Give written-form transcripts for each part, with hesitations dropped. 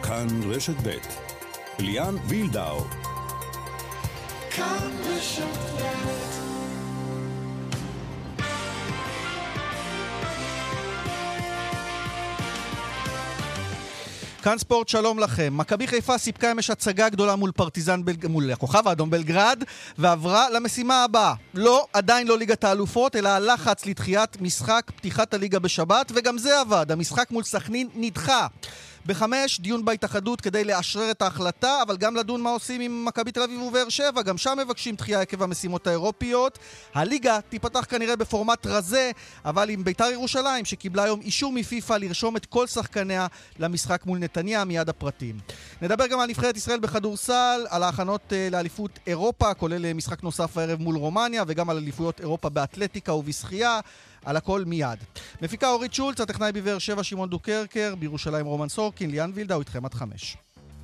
כאן רשת ב' ליאן וילדאו. כאן רשת ב'. כאן ספורט, שלום לכם. מכבי חיפה סיפקה אמש הצגה גדולה מול פרטיזן מול הכוכב האדום בלגרד, ועברה למשימה הבאה. לא, עדיין לא ליגת האלופות, אלא הלחץ לדחיית משחק פתיחת הליגה בשבת, וגם זה עבד. המשחק מול סכנין נדחה. בחמש, דיון בהתאחדות כדי לאשרר את ההחלטה, אבל גם לדון מה עושים עם מכבי תל אביב ובאר שבע. גם שם מבקשים דחייה עקב המשימות האירופיות. הליגה תיפתח כנראה בפורמט רזה, אבל עם בית"ר ירושלים שקיבלה היום אישור מפיפ"א לרשום את כל שחקניה למשחק מול נתניה. מיד הפרטים. נדבר גם על נבחרת ישראל בכדורסל, על ההכנות לאליפות אירופה, כולל משחק נוסף הערב מול רומניה, וגם על אליפויות אירופה באתלטיקה ובשחייה. על הכל מיד. מפיקה אורית שולץ, הטכנאי בבאר שבע שמעון דוקרקר, בירושלים רומן סורקין, ליאן וילדאו איתכם עד 5.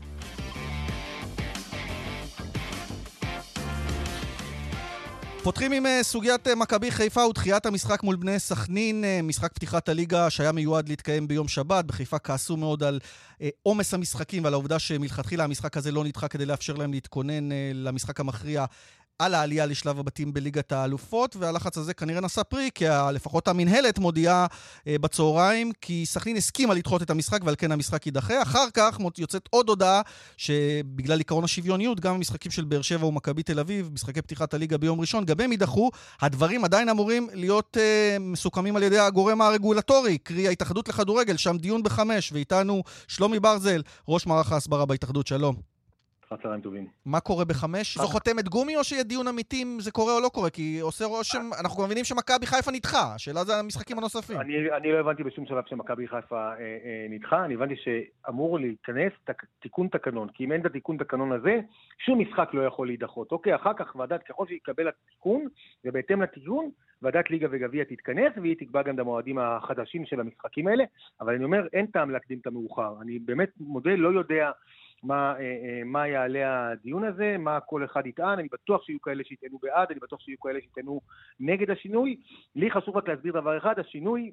פותחים עם סוגיית מכבי חיפה ודחיית המשחק מול בני סכנין, משחק פתיחת הליגה שהיה מיועד להתקיים ביום שבת. בחיפה כעסו מאוד על עומס המשחקים ועל העובדה שמלכתחילה המשחק הזה לא נדחה כדי לאפשר להם להתכונן למשחק המכריע על העלייה לשלב הבתים בליגת האלופות, והלחץ הזה כנראה נשא פרי, כי לפחות המנהלת מודיעה בצהריים, כי סכנין הסכימה לדחות את המשחק, ועל כן המשחק יידחה. אחר כך יוצאת עוד הודעה, שבגלל עיקרון השוויוניות, גם המשחקים של באר שבע ומכבי תל אביב, משחקי פתיחת הליגה ביום ראשון, גם הם יידחו. הדברים עדיין אמורים להיות מסוכמים על ידי הגורם הרגולטורי, קרי ההתאחדות לכדורגל, שם דיון ב-5, ואיתנו שלומי ברזל, ראש מערך ההסברה בהתאחדות. שלום. צהריים טובים. מה קורה ב-5? זו חותמת גומי או שיהיה דיון אמיתי אם זה קורה או לא קורה? כי עושה רושם, אנחנו כבר מבינים שמכבי חיפה נדחה. השאלה זה המשחקים הנוספים. אני לא הבנתי בשום שלב שמכבי חיפה נדחה. אני הבנתי שאמור להיכנס תיקון תקנון. כי אם אין את התיקון תקנון הזה, שום משחק לא יכול להידחות. אוקיי, אחר כך ועדת, ככל שיקבל התיקון, ובהתאם לתיקון, ועדת ליגה וגביע תתכנס, והיא תקבע גם את המועדים החדשים של המשחקים האלה. אבל אני אומר, אין טעם להקדים את המאוחר. אני באמת מודה, לא יודע מה יעלה הדיון הזה, מה כל אחד יטען. אני בטוח שיהיו כאלה שיטענו בעד, אני בטוח שיהיו כאלה שיטענו נגד השינוי. לי חשוב רק להסביר דבר אחד, השינוי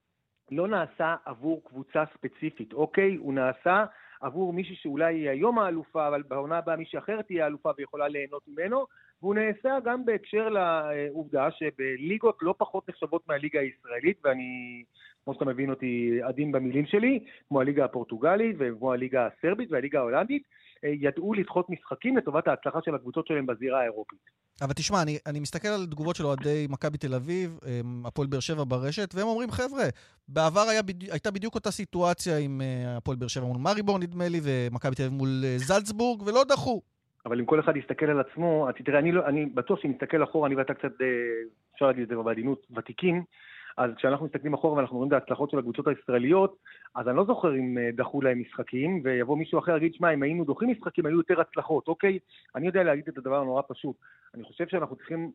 לא נעשה עבור קבוצה ספציפית, אוקיי? הוא נעשה עבור מישהו שאולי יהיה היום האלופה, אבל בעונה הבאה מישהי אחרת תהיה האלופה ויכולה ליהנות ממנו, והוא נעשה גם בהקשר לעובדה שבליגות לא פחות נחשבות מהליגה הישראלית, ואני, כמו שאתה מבין אותי, עדין במילים שלי, כמו הליגה הפורטוגלית וכמו הליגה הסרבית והליגה ההולנדית, ידעו לדחות משחקים לטובת ההצלחה של הקבוצות שלהם בזירה האירופית. אבל תשמע, אני מסתכל על תגובות של אוהדי מכבי תל אביב, הפועל באר שבע ברשת, והם אומרים, חבר'ה, בעבר הייתה בדיוק אותה סיטואציה עם הפועל באר שבע מול מאריבור נדמה לי, ומכבי תל אביב מול זלצבורג, ולא דחו. אבל אם כל אחד יסתכל על עצמו, תראה, אני בטוח שמסתכל אחורה, אני ואתה קצת, אפשר להגיד את זה בעדינות, ותיקים, אז כשאנחנו מסתכלים אחורה ואנחנו רואים את ההצלחות של הקבוצות הישראליות, אז אני לא זוכר אם דחו להם משחקים, ויבוא מישהו אחר להגיד, שמע, אם היינו דוחים משחקים, היו יותר הצלחות, אוקיי? אני יודע להגיד את הדבר הנורא פשוט. אני חושב שאנחנו צריכים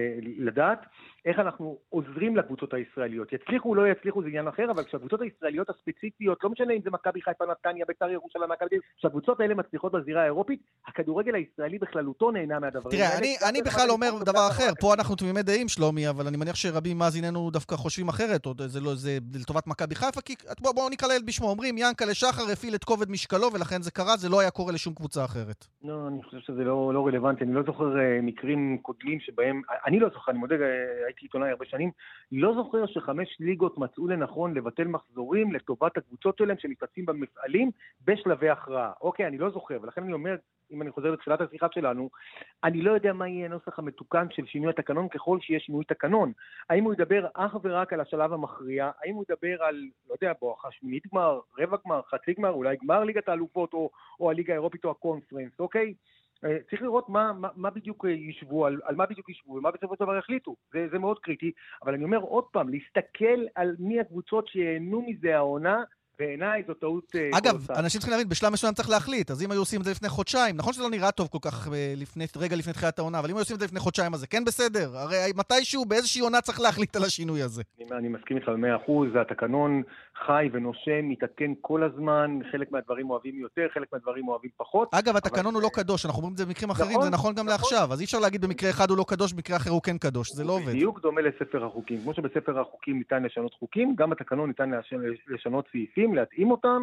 לדעת איך אנחנו עוזרים לקבוצות הישראליות. יצליחו או לא יצליחו זה עניין אחר, אבל כשהקבוצות הישראליות הספציפיות, לא משנה אם זה מכבי חיפה, נתניה, בית"ר ירושלים, מכבי תל אביב, כשהקבוצות האלה מצליחות בזירה האירופית, הכדורגל הישראלי בכללותו נהנה מהדברים האלה. תראה, אני בכלל אומר דבר אחר. פה אנחנו תמימי דעים, שלומי, אבל אני מניח שרבים מאזיננו דווקא חושבים אחרת, או זה לטובת מכבי חיפה, כי בואו נקרא לילד בשמו, אומרים ינקלה שחר הפעיל את כובד משקלו ולכן זה קרה, זה לא היה קורה לשום קבוצה אחרת. לא, אני חושב שזה לא רלוונטי. אני לא זוכר מקרים קודמים שבהם, אני לא זוכר, אני מודה, הייתי עיתונאי הרבה שנים, לא זוכר ש5 ליגות מצאו לנכון לבטל מחזורים לטובת הקבוצות שלהם שמתבצעים במפעלים בשלבי הכרעה. אוקיי, אני לא זוכר, ולכן אני אומר, אם אני חוזר לתחילת השיחה שלנו, אני לא יודע מה יהיה הנוסח המתוקן של שינוי התקנון ככל שיש שינוי תקנון. האם הוא ידבר אך ורק על השלב המכריע? האם הוא ידבר על, לא יודע, בואכה שמינית גמר, רבע גמר, חצי גמר, אולי גמר ליגת האלופות או הליגה האירופית או הקונפרנס, אוקיי? צריך לראות מה בדיוק ישבו, על מה בדיוק ישבו ומה בסופו של דבר יחליטו. זה מאוד קריטי, אבל אני אומר עוד פעם, להסתכל על מי הקבוצות שיהנו מזה העונה, בעיניי זו טעות... אגב, אנשים צריכים להבין, בשלב מסוים צריך להחליט, אז אם היו עושים את זה לפני חודשיים, נכון שזה לא נראה טוב כל כך רגע לפני תחילת העונה, אבל אם היו עושים את זה לפני חודשיים, אז זה כן בסדר? הרי מתישהו באיזושהי עונה צריך להחליט על השינוי הזה. אני מסכים איתך ב100%, התקנון חי ונושם, מתעדכן כל הזמן, חלק מהדברים אוהבים יותר, חלק מהדברים אוהבים פחות. אגב, התקנון הוא לא קדוש, אנחנו אומרים את זה במקרים אחרים, זה נכון גם לעכשיו, אז אי אפשר להגיד במקרה אחד הוא לא קדוש, במקרה אחר הוא כן קדוש, זה לא עובד. בדיוק דומה לספר החוקים. כמו שבספר החוקים ניתן לשנות חוקים, גם התקנון ניתן לשנות סעיפים, להתאים אותם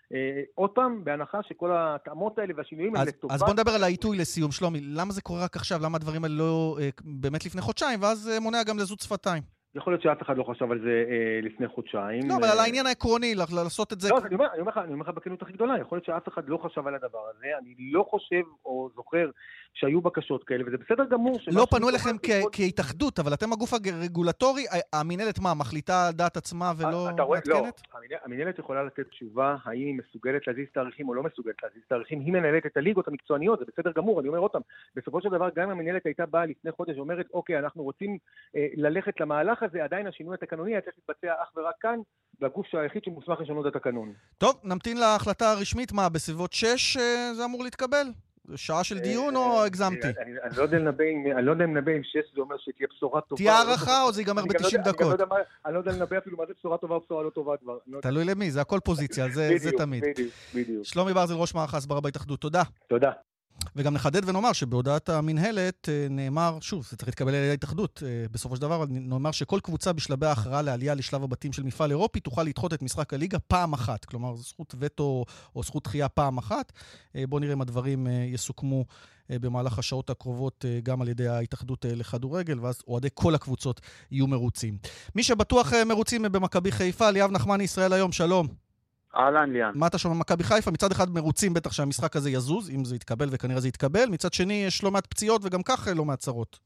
עוד פעם, בהנחה שכל ההתאמות האלה והשינויים הם לטובה. אז בוא נדבר על העיתוי לסיום, שלומי. למה זה קורה רק עכשיו? למה הדברים האלה לא באמת לפני חודשיים, ואז מונע גם לזות שפתיים? יכול להיות שאף אחד לא חשב על זה לפני חודשיים. לא, אבל על העניין העקרוני, לעשות את זה... לא, אני אומר לך בכנות הכי גדולה, יכול להיות שאף אחד לא חשב על הדבר הזה, אני לא חושב או זוכר שהיו בקשות כאלה, וזה בסדר גמור. לא פנו אליכם כהתאחדות, אבל אתם הגוף הרגולטורי, המנהלת מה, מחליטה על דעת עצמה ולא מעדכנת? לא, המנהלת יכולה לתת תשובה, האם היא מסוגלת להזיז תאריכים או לא מסוגלת להזיז תאריכים, היא מנהלת את הליגות המקצועניות, זה בסדר גמור, אני אומר אותם. בסופו של דבר, גם המנהלת הייתה באה לפני חודש ואומרת, אוקיי, אנחנו רוצים ללכת למהלך הזה, עדיין השינוי התקנוני היה צריך להתבצע אך ורק כאן, בגוף היחיד שמוסמך לשנות את התקנון. טוב, נמתין להחלטה הרשמית, מה, בסביבות 6 זה אמור להתקבל? שעה של דיון או הגזמתי? אני לא יודע אם נבא אם 6 זה אומר שתהיה בשורה טובה. תהיה הערכה או זה ייגמר ב-90 דקות? אני לא יודע לנבא אפילו מה זה בשורה טובה או בשורה לא טובה כבר. תלוי למי, זה הכל פוזיציה, זה תמיד. בדיוק. שלומי ברזל, ראש מערך ההסברה בהתאחדות, תודה. תודה. וגם נחדד ונאמר שבהודעת המנהלת נאמר, שוב, זה צריך להתקבל על ידי ההתאחדות, בסופו של דבר נאמר שכל קבוצה בשלבי ההכרעה לעלייה לשלב הבתים של מפעל אירופי תוכל לדחות את משחק הליגה פעם אחת, כלומר זכות וטו או זכות דחייה פעם אחת. בואו נראה אם הדברים יסוכמו במהלך השעות הקרובות גם על ידי ההתאחדות לכדורגל, ואז אוהדי כל הקבוצות יהיו מרוצים. מי שבטוח מרוצים במכבי חיפה, ליאב נחמני, ישראל היום, שלום. אהלן, ליאן. מה אתה שומע מכבי חיפה? מצד אחד מרוצים בטח שהמשחק הזה יזוז, אם זה יתקבל וכנראה זה יתקבל, מצד שני יש לא מעט פציעות וגם כך לא מעט צרות.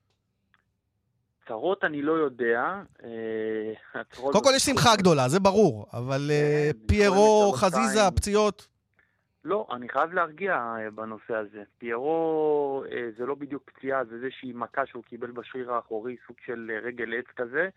צרות אני לא יודע. קודם כל יש שמחה גדולה, זה ברור, אבל פיירו, חזיזה, פציעות... לא, אני חייב להרגיע בנושא הזה. פיירו זה לא בדיוק פציעה, זה איזושהי מכה שהוא קיבל בשריר האחורי, סוג של רגל עץ כזה.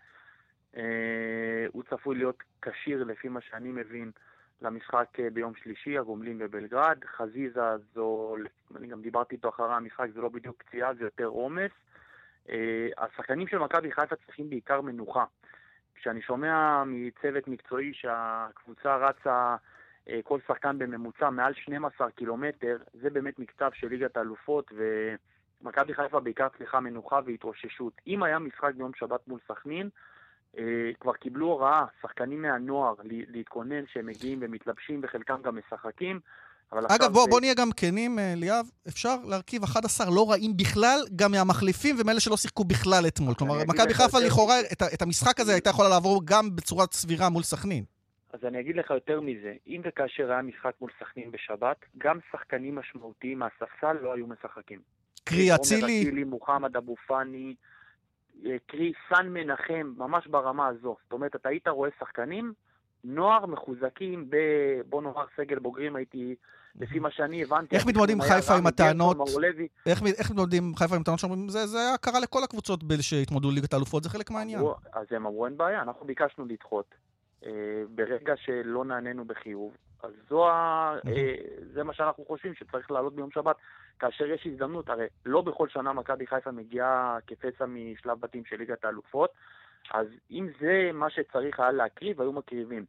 הוא צפוי להיות קשיר לפי מה שאני מבין למשחק ביום שלישי, הגומלין בבלגרד. חזיזה זו, אני גם דיברתי איתו אחרי המשחק, זה לא בדיוק פציעה, זה יותר עומס. השחקנים של מכבי חיפה צריכים בעיקר מנוחה. כשאני שומע מצוות מקצועי שהקבוצה רצה כל שחקן בממוצע מעל 12 קילומטר, זה באמת מקצב של ליגת האלופות, ומכבי חיפה בעיקר צריכה מנוחה והתרוששות. אם היה משחק ביום שבת מול סכנין, כבר קיבלו הוראה, שחקנים מהנוער, להתכונן שהם מגיעים ומתלבשים וחלקם גם משחקים. אגב, בוא נהיה גם כנים, ליאב, אפשר להרכיב 11 לא רעים בכלל, גם מהמחליפים ומאלה שלא שיחקו בכלל אתמול. כלומר, מכבי חיפה לכאורה, את המשחק הזה הייתה יכולה לעבור גם בצורה סבירה מול סכנין. אז אני אגיד לך יותר מזה, אם וכאשר היה משחק מול סכנין בשבת, גם שחקנים משמעותיים מהספסל לא היו משחקים. קרי אצילי, מוחמד אבו פאני, קרי סן מנחם, ממש ברמה הזו. זאת אומרת, אתה היית רואה שחקנים, נוער מחוזקים בוא נאמר סגל בוגרים, הייתי, לפי מה שאני הבנתי... איך מתמודדים חיפה עם הטענות? איך מתמודדים חיפה עם הטענות שאומרים, זה היה קרה לכל הקבוצות שהתמודדו ליגת האלופות, זה חלק מהעניין. אז הם אמרו, אין בעיה, אנחנו ביקשנו לדחות. ברגע שלא נעננו בחיוב, אז זה מה שאנחנו חושבים, שצריך לעלות ביום שבת, כאשר יש הזדמנות. הרי לא בכל שנה מכבי חיפה מגיעה כפסע משלב בתים של ליגת האלופות, אז אם זה מה שצריך היה להקריב, היו מקריבים.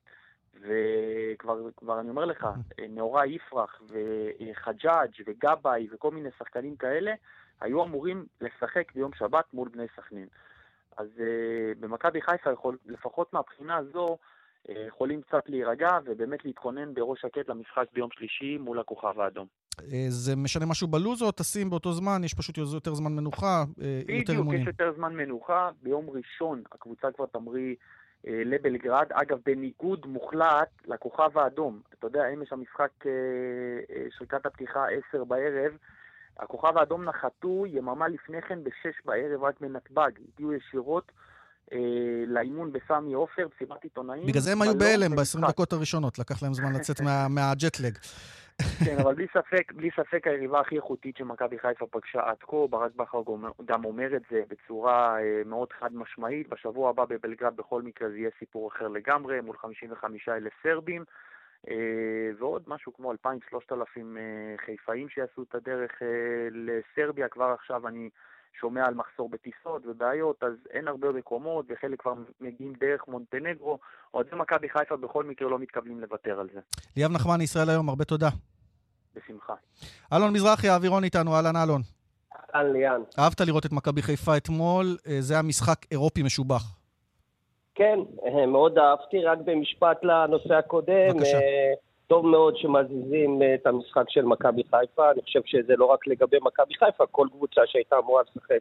וכבר אני אומר לך, נאורה יפרח וחג'אג' וגבאי וכל מיני שחקנים כאלה, היו אמורים לשחק ביום שבת מול בני סכנין. אז במכבי חיפה, לפחות מהבחינה הזו, יכולים קצת להירגע ובאמת להתכונן בראש שקט למשחק ביום שלישי מול הכוכב האדום. זה משנה משהו בלוז או תשים באותו זמן? יש פשוט יותר זמן מנוחה, יותר אימונים. בדיוק, יש יותר זמן מנוחה. ביום ראשון הקבוצה כבר תמריא לבלגרד. אגב, בניגוד מוחלט לכוכב האדום. אתה יודע, אמש המשחק שריקת הפתיחה 10 בערב, הכוכב האדום נחתו יממה לפני כן ב6 בערב רק מנתב"ג. הגיעו ישירות לאימון בסמי עופר, בסיבת עיתונאים. בגלל זה הם היו בהלם ב-20 דקות הראשונות, לקח להם זמן לצאת מהג'טלג. כן, אבל בלי ספק היריבה הכי איכותית שמכבי חיפה פגשה עד כה, ברק בכר גם אומר את זה בצורה מאוד חד משמעית. בשבוע הבא בבלגרד בכל מקרה זה יהיה סיפור אחר לגמרי, מול 55,000 סרבים, ועוד משהו כמו 2,000-3,000 חיפאים שיעשו את הדרך לסרביה. כבר עכשיו אני שומע על מחסור בטיסות ובעיות, אז אין הרבה מקומות, וחלק כבר מגיעים דרך מונטנגרו, או זה מכבי חיפה בכל מקרה לא מתכוונים לוותר על זה. ליאב נחמני, ישראל היום, הרבה תודה. בשמחה. אלון מזרחי, האווירון איתנו, אהלן אלון. אהלן ליאן. אהבת לראות את מכבי חיפה אתמול, זה היה משחק אירופי משובח. כן, מאוד אהבתי, רק במשפט לנושא הקודם. בבקשה. טוב מאוד שמזיזים את המשחק של מכבי חיפה, אני חושב שזה לא רק לגבי מכבי חיפה, כל קבוצה שהייתה אמורה לשחק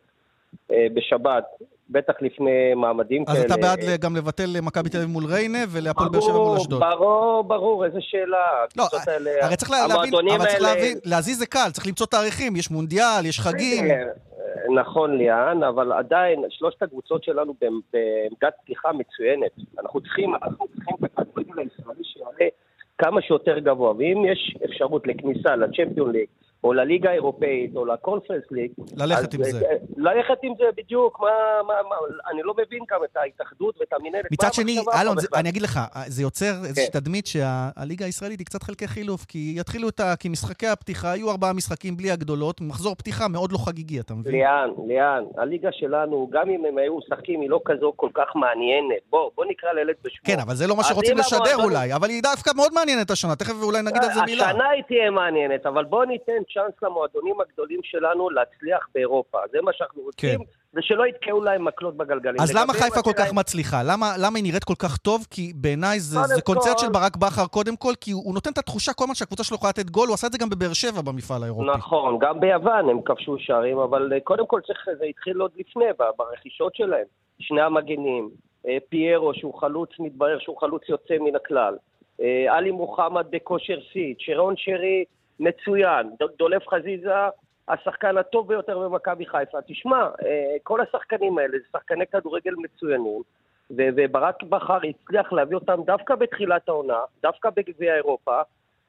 בשבת, בטח לפני מעמדים כאלה. אז אתה בעד גם לבטל מכבי תל אביב מול ריינה ולהפועל באר שבע מול אשדוד. ברור, איזה שאלה. לא, הרי צריך להבין, להזיז זה קל, צריך למצוא תאריכים, יש מונדיאל, יש חגים. נכון ליאן, אבל עדיין שלושת הקבוצות שלנו בעמדת פתיחה מצוינת. אנחנו צריכים את הכדורגל הישראלי שיעלה כמה שיותר גבוה, ואם יש אפשרות לכניסה לצ'מפיון ליג, או לליגה האירופאית, או לקונפרנס ליג, ללכת עם זה. ללכת עם זה בדיוק, אני לא מבין גם את ההתאחדות ואת המנהלת. מצד שני, אלון, אני אגיד לך, זה יוצר איזושהי תדמית שהליגה הישראלית היא קצת חלקי חילוף, כי יתחילו כי משחקי הפתיחה, היו 4 משחקים בלי הגדולות, מחזור פתיחה מאוד לא חגיגי, אתה מבין? ליאן, הליגה שלנו, גם אם הם היו משחקים, היא לא כזו כל כך מעניינת. בוא נקרא לילד בשמו. כן, אבל זה לא מה שרוצים לשדר אולי, אבל היא דווקא מאוד מעניינת השנה, תכף אולי נגיד על זה מילה. השנה היא תהיה מעניינת, אבל בוא ניתן צ'אנס למועדונים הגדולים שלנו להצליח באירופה. זה מה שאנחנו רוצים, ושלא יתקעו להם מקלות בגלגלים. אז למה חיפה כל כך מצליחה? למה היא נראית כל כך טוב? כי בעיניי זה קונצרט של ברק בכר קודם כל, כי הוא נותן את התחושה כל מה שהקבוצה שלו יכולה לתת גול, הוא עשה את זה גם בבאר שבע במפעל האירופי. נכון, גם ביוון הם כבשו שערים, אבל קודם כל זה התחיל עוד לפני, ברכישות שלהם. שני המגנים, פיירו שהוא חלוץ, מתברר שהוא חלוץ יוצא מן הכלל. עלי מוחמד בכושר סי, שרון שרי מצוין, דולף חזיזה, השחקן הטוב ביותר במכבי חיפה. תשמע, כל השחקנים האלה זה שחקני כדורגל מצוינים, וברק בכר הצליח להביא אותם דווקא בתחילת העונה, דווקא בגביע אירופה,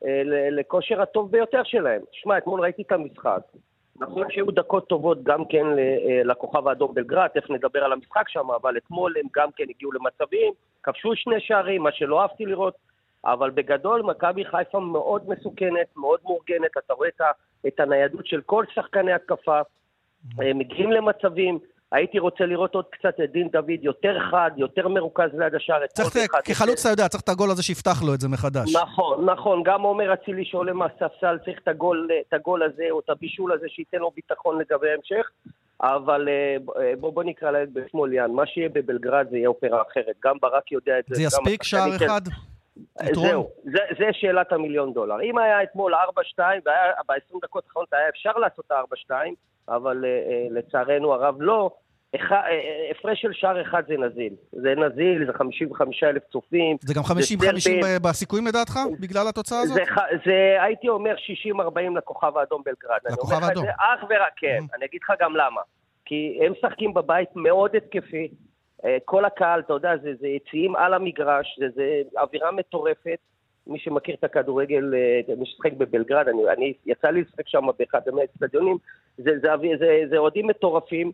לכושר הטוב ביותר שלהם. תשמע, אתמול ראיתי את המשחק. נכון שהיו דקות טובות גם כן לכוכב האדום בלגרד, איך נדבר על המשחק שם, אבל אתמול הם גם כן הגיעו למצבים, כבשו 2 שערים, מה שלא אהבתי לראות, אבל בגדול מכבי חיפה מאוד מסוכנת, מאוד מאורגנת, אתה רואה את הניידות של כל שחקני התקפה, מגיעים למצבים, הייתי רוצה לראות עוד קצת את דין דוד, יותר חד, יותר מרוכז ליד השער. כחלוץ אתה יודע, צריך את הגול הזה שיפתח לו את זה מחדש. נכון, גם עומר אצילי שעולה מהספסל, צריך את הגול הזה, או את הבישול הזה שייתן לו ביטחון לגבי ההמשך, אבל בוא נקרא לילד בשמו ליאן, מה שיהיה בבלגרד זה יהיה אופרה אחרת, גם ברק יודע את זה. זה יספיק שער אחד? זהו, זה שאלת $1,000,000. אם היה אתמול 4-2, ב-20 דקות האחרונות היה אפשר לעשות 4-2, אבל לצערנו הרב לא, הפרש של שער אחד זה נזיל. זה נזיל, זה 55,000 צופים. זה גם 50-50 בסיכויים לדעתך, בגלל התוצאה הזאת? זה הייתי אומר 60-40 לכוכב האדום בלגרד. לכוכב האדום. אך ורק, כן. אני אגיד לך גם למה. כי הם משחקים בבית מאוד התקפי, כל הקהל, אתה יודע, זה יציאים על המגרש, זה אווירה מטורפת, מי שמכיר את הכדורגל, משחק בבלגרד, אני יצא לי לשחק שם באחד מהאצטדיונים, זה אוהדים מטורפים,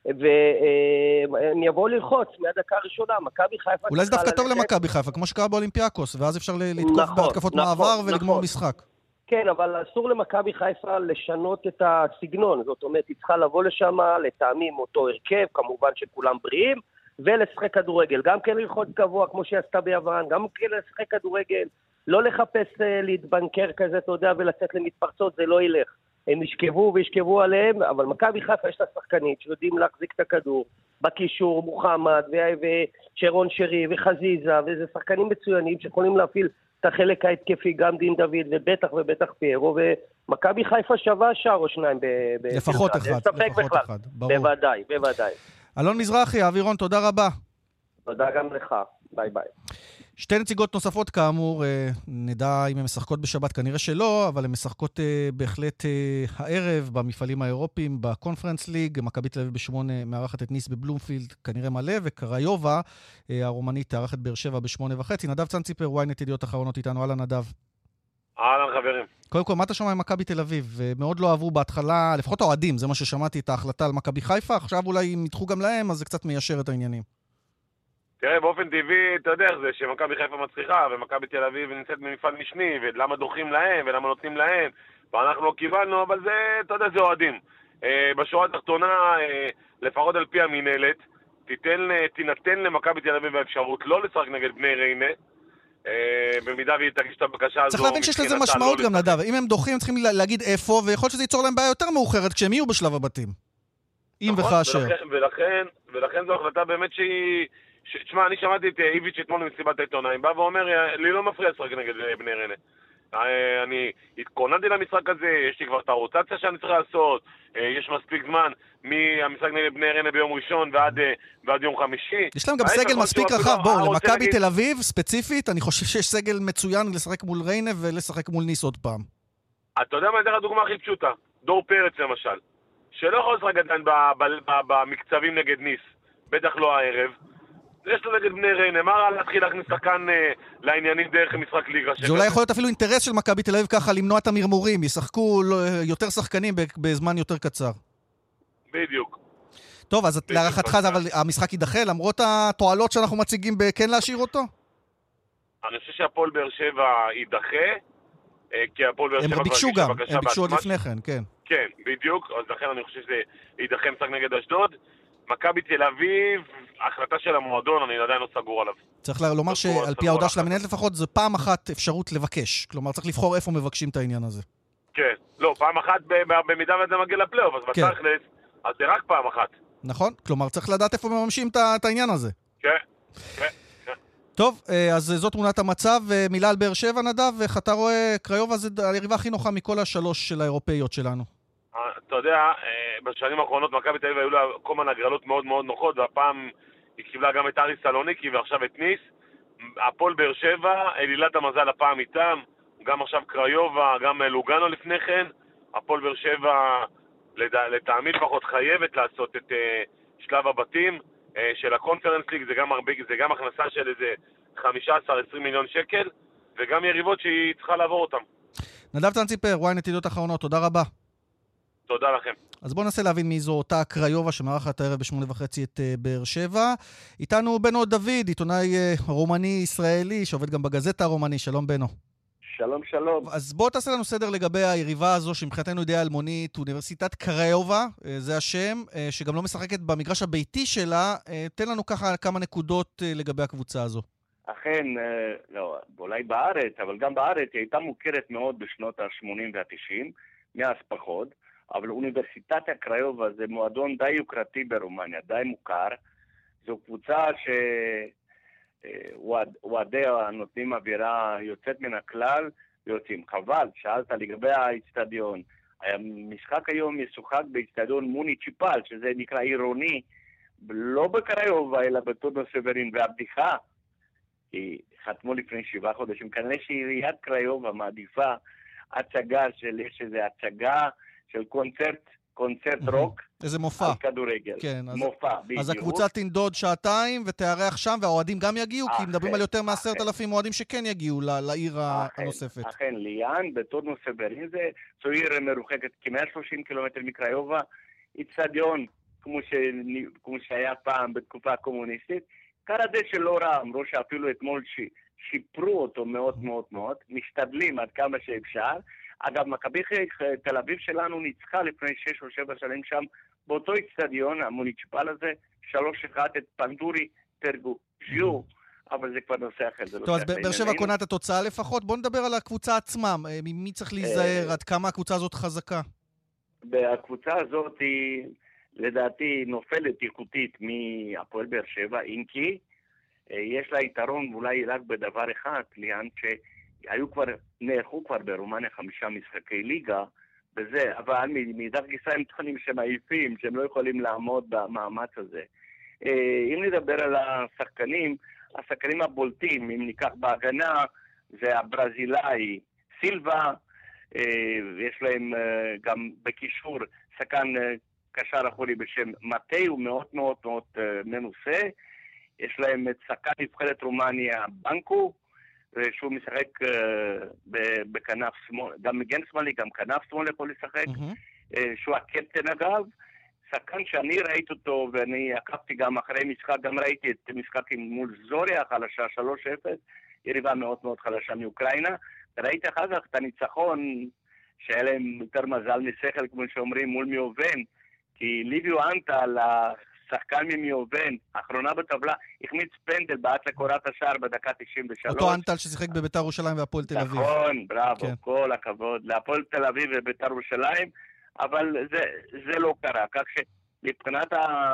והם יבואו ללחוץ מהדקה הראשונה, מכבי חיפה... אולי זה דווקא טוב למכבי חיפה, כמו שקרה באולימפיאקוס, ואז אפשר לתקוף בהתקפות מעבר ולגמור משחק. כן, אבל אסור למכבי חיפה לשנות את הסגנון, זאת אומרת, היא צריכה לבוא לשם, לטעמים אותו הרכב, כמובן שכולם בריאים, ולשחק כדורגל, גם כן ללחוץ גבוה כמו שעשתה ביוון, גם כן לשחק כדורגל, לא לחפש להתבנקר כזה, אתה יודע, ולצאת למתפרצות, זה לא ילך. הם ישכבו וישכבו עליהם, אבל מכבי חיפה יש לה שחקנית שיודעים להחזיק את הכדור, בקישור, מוחמד, ושרון שרי, וחזיזה, וזה שחקנים מצוינים שיכולים להפעיל את החלק ההתקפי, גם דין דוד, ובטח פיירו, ומכבי חיפה שווה שער או שניים. לפחות אחד, ברור. בוודאי. אלון מזרחי, אבירון, תודה רבה. תודה גם לך, ביי. 2 נציגות נוספות כאמור, נדע אם הן משחקות בשבת, כנראה שלא, אבל הן משחקות בהחלט הערב במפעלים האירופיים, בקונפרנס ליג, מכבי תל אביב ב8 מארחת את ניס בבלומפילד, כנראה מלא, וקריובה, הרומנית, תארחת באר שבע ב8:30. נדב צנציפר, ynet ידיעות אחרונות איתנו, הלאה נדב. אהלן חברים. קודם כל, מה אתה שומע עם מכבי תל אביב? מאוד לא אהבו בהתחלה, לפחות האוהדים, זה מה ששמעתי, את ההחלטה על מכבי חיפה, עכשיו אולי אם ידחו גם להם, אז זה קצת מיישר את העניינים. תראה, באופן טבעי, אתה יודע איך זה, שמכבי חיפה מצליחה, ומכבי תל אביב נמצאת במפעל משני, ולמה דוחים להם, ולמה נותנים להם, ואנחנו לא קיבלנו, אבל זה, אתה יודע, זה אוהדים. בשורה התחתונה, לפחות על פי המנהלת, תינתן למכבי תל אביב האפשרות לא לשחק נגד בני ריינה, במידה והיא תגיש את הבקשה הזו. צריך להבין שיש לזה משמעות גם, נדב. אם הם דוחים, הם צריכים להגיד איפה, ויכול להיות שזה ייצור להם בעיה יותר מאוחרת כשהם יהיו בשלב הבתים. אם וכאשר. ולכן זו החלטה באמת שהיא... תשמע, אני שמעתי את איביץ' אתמול במסיבת העיתונאים, בא ואומר, לי לא מפריע לשחק נגד בני ריינה. אני התכוננתי למשחק הזה, יש לי כבר את הרוטציה שאני צריך לעשות, יש מספיק זמן מהמשחק נגד בני ריינה ביום ראשון ועד יום חמישי. יש להם גם סגל מספיק רחב, בואו, למכבי תל אביב ספציפית, אני חושב שיש סגל מצוין לשחק מול ריינה ולשחק מול ניס עוד פעם. אתה יודע מה, אני אתן לך דוגמה הכי פשוטה, דור פרץ למשל, שלא יכול לשחק עדיין במקצבים נגד ניס, בטח לא הערב. יש לו נגד בני ריינה, מה רע להתחיל להכניס שחקן לעניינים דרך משחק ליגה? זה אולי יכול להיות אפילו אינטרס של מכבי תל אביב ככה למנוע את המרמורים, ישחקו יותר שחקנים בזמן יותר קצר. בדיוק. טוב, אז להערכתך אבל המשחק יידחה, למרות התועלות שאנחנו מציגים בכן להשאיר אותו? אני חושב שהפועל באר שבע יידחה, כי הפועל באר שבע הם ביקשו גם, הם ביקשו עוד לפני כן, כן. כן, בדיוק, אז לכן אני חושב שזה יידחה משחק נגד אשדוד. מכבי תל אביב, ההחלטה של המועדון, אני עדיין לא סגור עליו. צריך לומר שעל פי ההודעה של המנהלת לפחות, זה פעם אחת אפשרות לבקש. כלומר, צריך לבחור איפה מבקשים את העניין הזה. כן, לא, פעם אחת במידה וזה מגיע לפלייאוף, אז בתכלס, אז זה רק פעם אחת. נכון, כלומר, צריך לדעת איפה מממשים את העניין הזה. כן, כן. טוב, אז זו תמונת המצב. מילה על באר שבע, נדב, ואיך אתה רואה, קריובה זה היריבה הכי נוחה מכל השלוש של האירופאיות שלנו. אתה יודע, בשנים האחרונות מכבי תל אביב היו לה כל מיני הגרלות מאוד מאוד נוחות, והפעם היא קיבלה גם את אריס סלוניקי ועכשיו את ניס. הפועל באר שבע, אלילת המזל הפעם איתם, גם עכשיו קריובה, גם לוגאנו לפני כן. הפועל באר שבע, לטעמי לפחות, חייבת לעשות את שלב הבתים של הקונפרנס ליג, זה גם הכנסה של איזה 15-20 מיליון שקל, וגם יריבות שהיא צריכה לעבור אותם. נדב צנציפר, ynet ידיעות אחרונות, תודה רבה. תודה לכם. אז בואו ננסה להבין מי זו אותה קריובה שמארחת הערב ב8:30 את באר שבע. איתנו בנו דוד, עיתונאי רומני-ישראלי, שעובד גם בגזטה הרומני. שלום בנו. שלום, שלום. אז בואו תעשה לנו סדר לגבי היריבה הזו, שמבחינתנו ידיעה אלמונית, אוניברסיטת קריובה, זה השם, שגם לא משחקת במגרש הביתי שלה. תן לנו ככה כמה נקודות לגבי הקבוצה הזו. אכן, לא, אולי בארץ, אבל גם בארץ היא הייתה מוכרת מאוד בשנות ה-80 וה-90, מאז פחות. אבל אוניברסיטת הקריובה זה מועדון די יוקרתי ברומניה, די מוכר. זו קבוצה שוועדיה נותנים אווירה יוצאת מן הכלל ויוצאים. חבל, שאלת לגבי האצטדיון. המשחק היום ישוחק באצטדיון מוניציפל, שזה נקרא עירוני, לא בקריובה אלא בטורנו סברין. והבדיחה, כי חתמו לפני 7 חודשים, כנראה שעיריית קריובה מעדיפה הצגה יש איזו הצגה של קונצרט רוק. איזה מופע. על כדורגל. כן, מופע, בדיוק. אז הקבוצה תנדוד שעתיים ותארח שם, והאוהדים גם יגיעו, כי מדברים על יותר מ10,000 אוהדים שכן יגיעו לעיר הנוספת. אכן, ליאן, בטורנו סברין, זו עיר מרוחקת כ-130 קילומטר מקריובה, אצטדיון, כמו שהיה פעם בתקופה הקומוניסטית, קרה דשא לא רע, אמרו שאפילו אתמול שיפרו אותו מאוד מאוד מאוד, משתדלים עד כמה שאפשר. אגב, מכבי תל אביב שלנו ניצחה לפני 6 או 7 שנים שם, באותו אצטדיון, המוניציפל הזה, 3-1 את פנדורי טרגו ג'יו, אבל זה כבר נושא אחר. טוב, אז באר שבע קונה את התוצאה לפחות. בואו נדבר על הקבוצה עצמם. מי צריך להיזהר? עד כמה הקבוצה הזאת חזקה? הקבוצה הזאת היא, לדעתי, נופלת איכותית מהפועל באר שבע, אם כי יש לה יתרון אולי רק בדבר אחד, ליאן, נערכו כבר ברומניה 5 משחקי ליגה, בזה, אבל מאידך גיסא הם טוענים שהם עייפים, שהם לא יכולים לעמוד במאמץ הזה. אם נדבר על השחקנים הבולטים, אם ניקח בהגנה, זה הברזילאי סילבה, יש להם גם בקישור שחקן קשר אחורי בשם מטי, הוא מאוד מאוד מאוד מנוסה, יש להם את שחקן נבחרת רומניה בנקו, שהוא משחק בכנף שמאל, גם מגן שמאלי, גם כנף שמאל יכול לשחק, שהוא הקפטן אגב, שחקן שאני ראיתי אותו, ואני עקבתי גם אחרי משחק, גם ראיתי את משחק מול זוריה חלשה 3-0, יריבה מאוד מאוד חלשה מאוקראינה, ראיתי אחר כך את הניצחון, שהיה להם יותר מזל משכל, כמו שאומרים, מול מיובן, כי ליביו אנטה שחקן ממיובן, האחרונה בטבלה, החמיץ פנדל בעט לקורת השער בדקה 93. אותו אנטל ששיחק בביתר ירושלים והפועל תל אביב. נכון, בראבו, כן. כל הכבוד. להפועל תל אביב וביתר ירושלים, אבל זה לא קרה. כך שמבחינת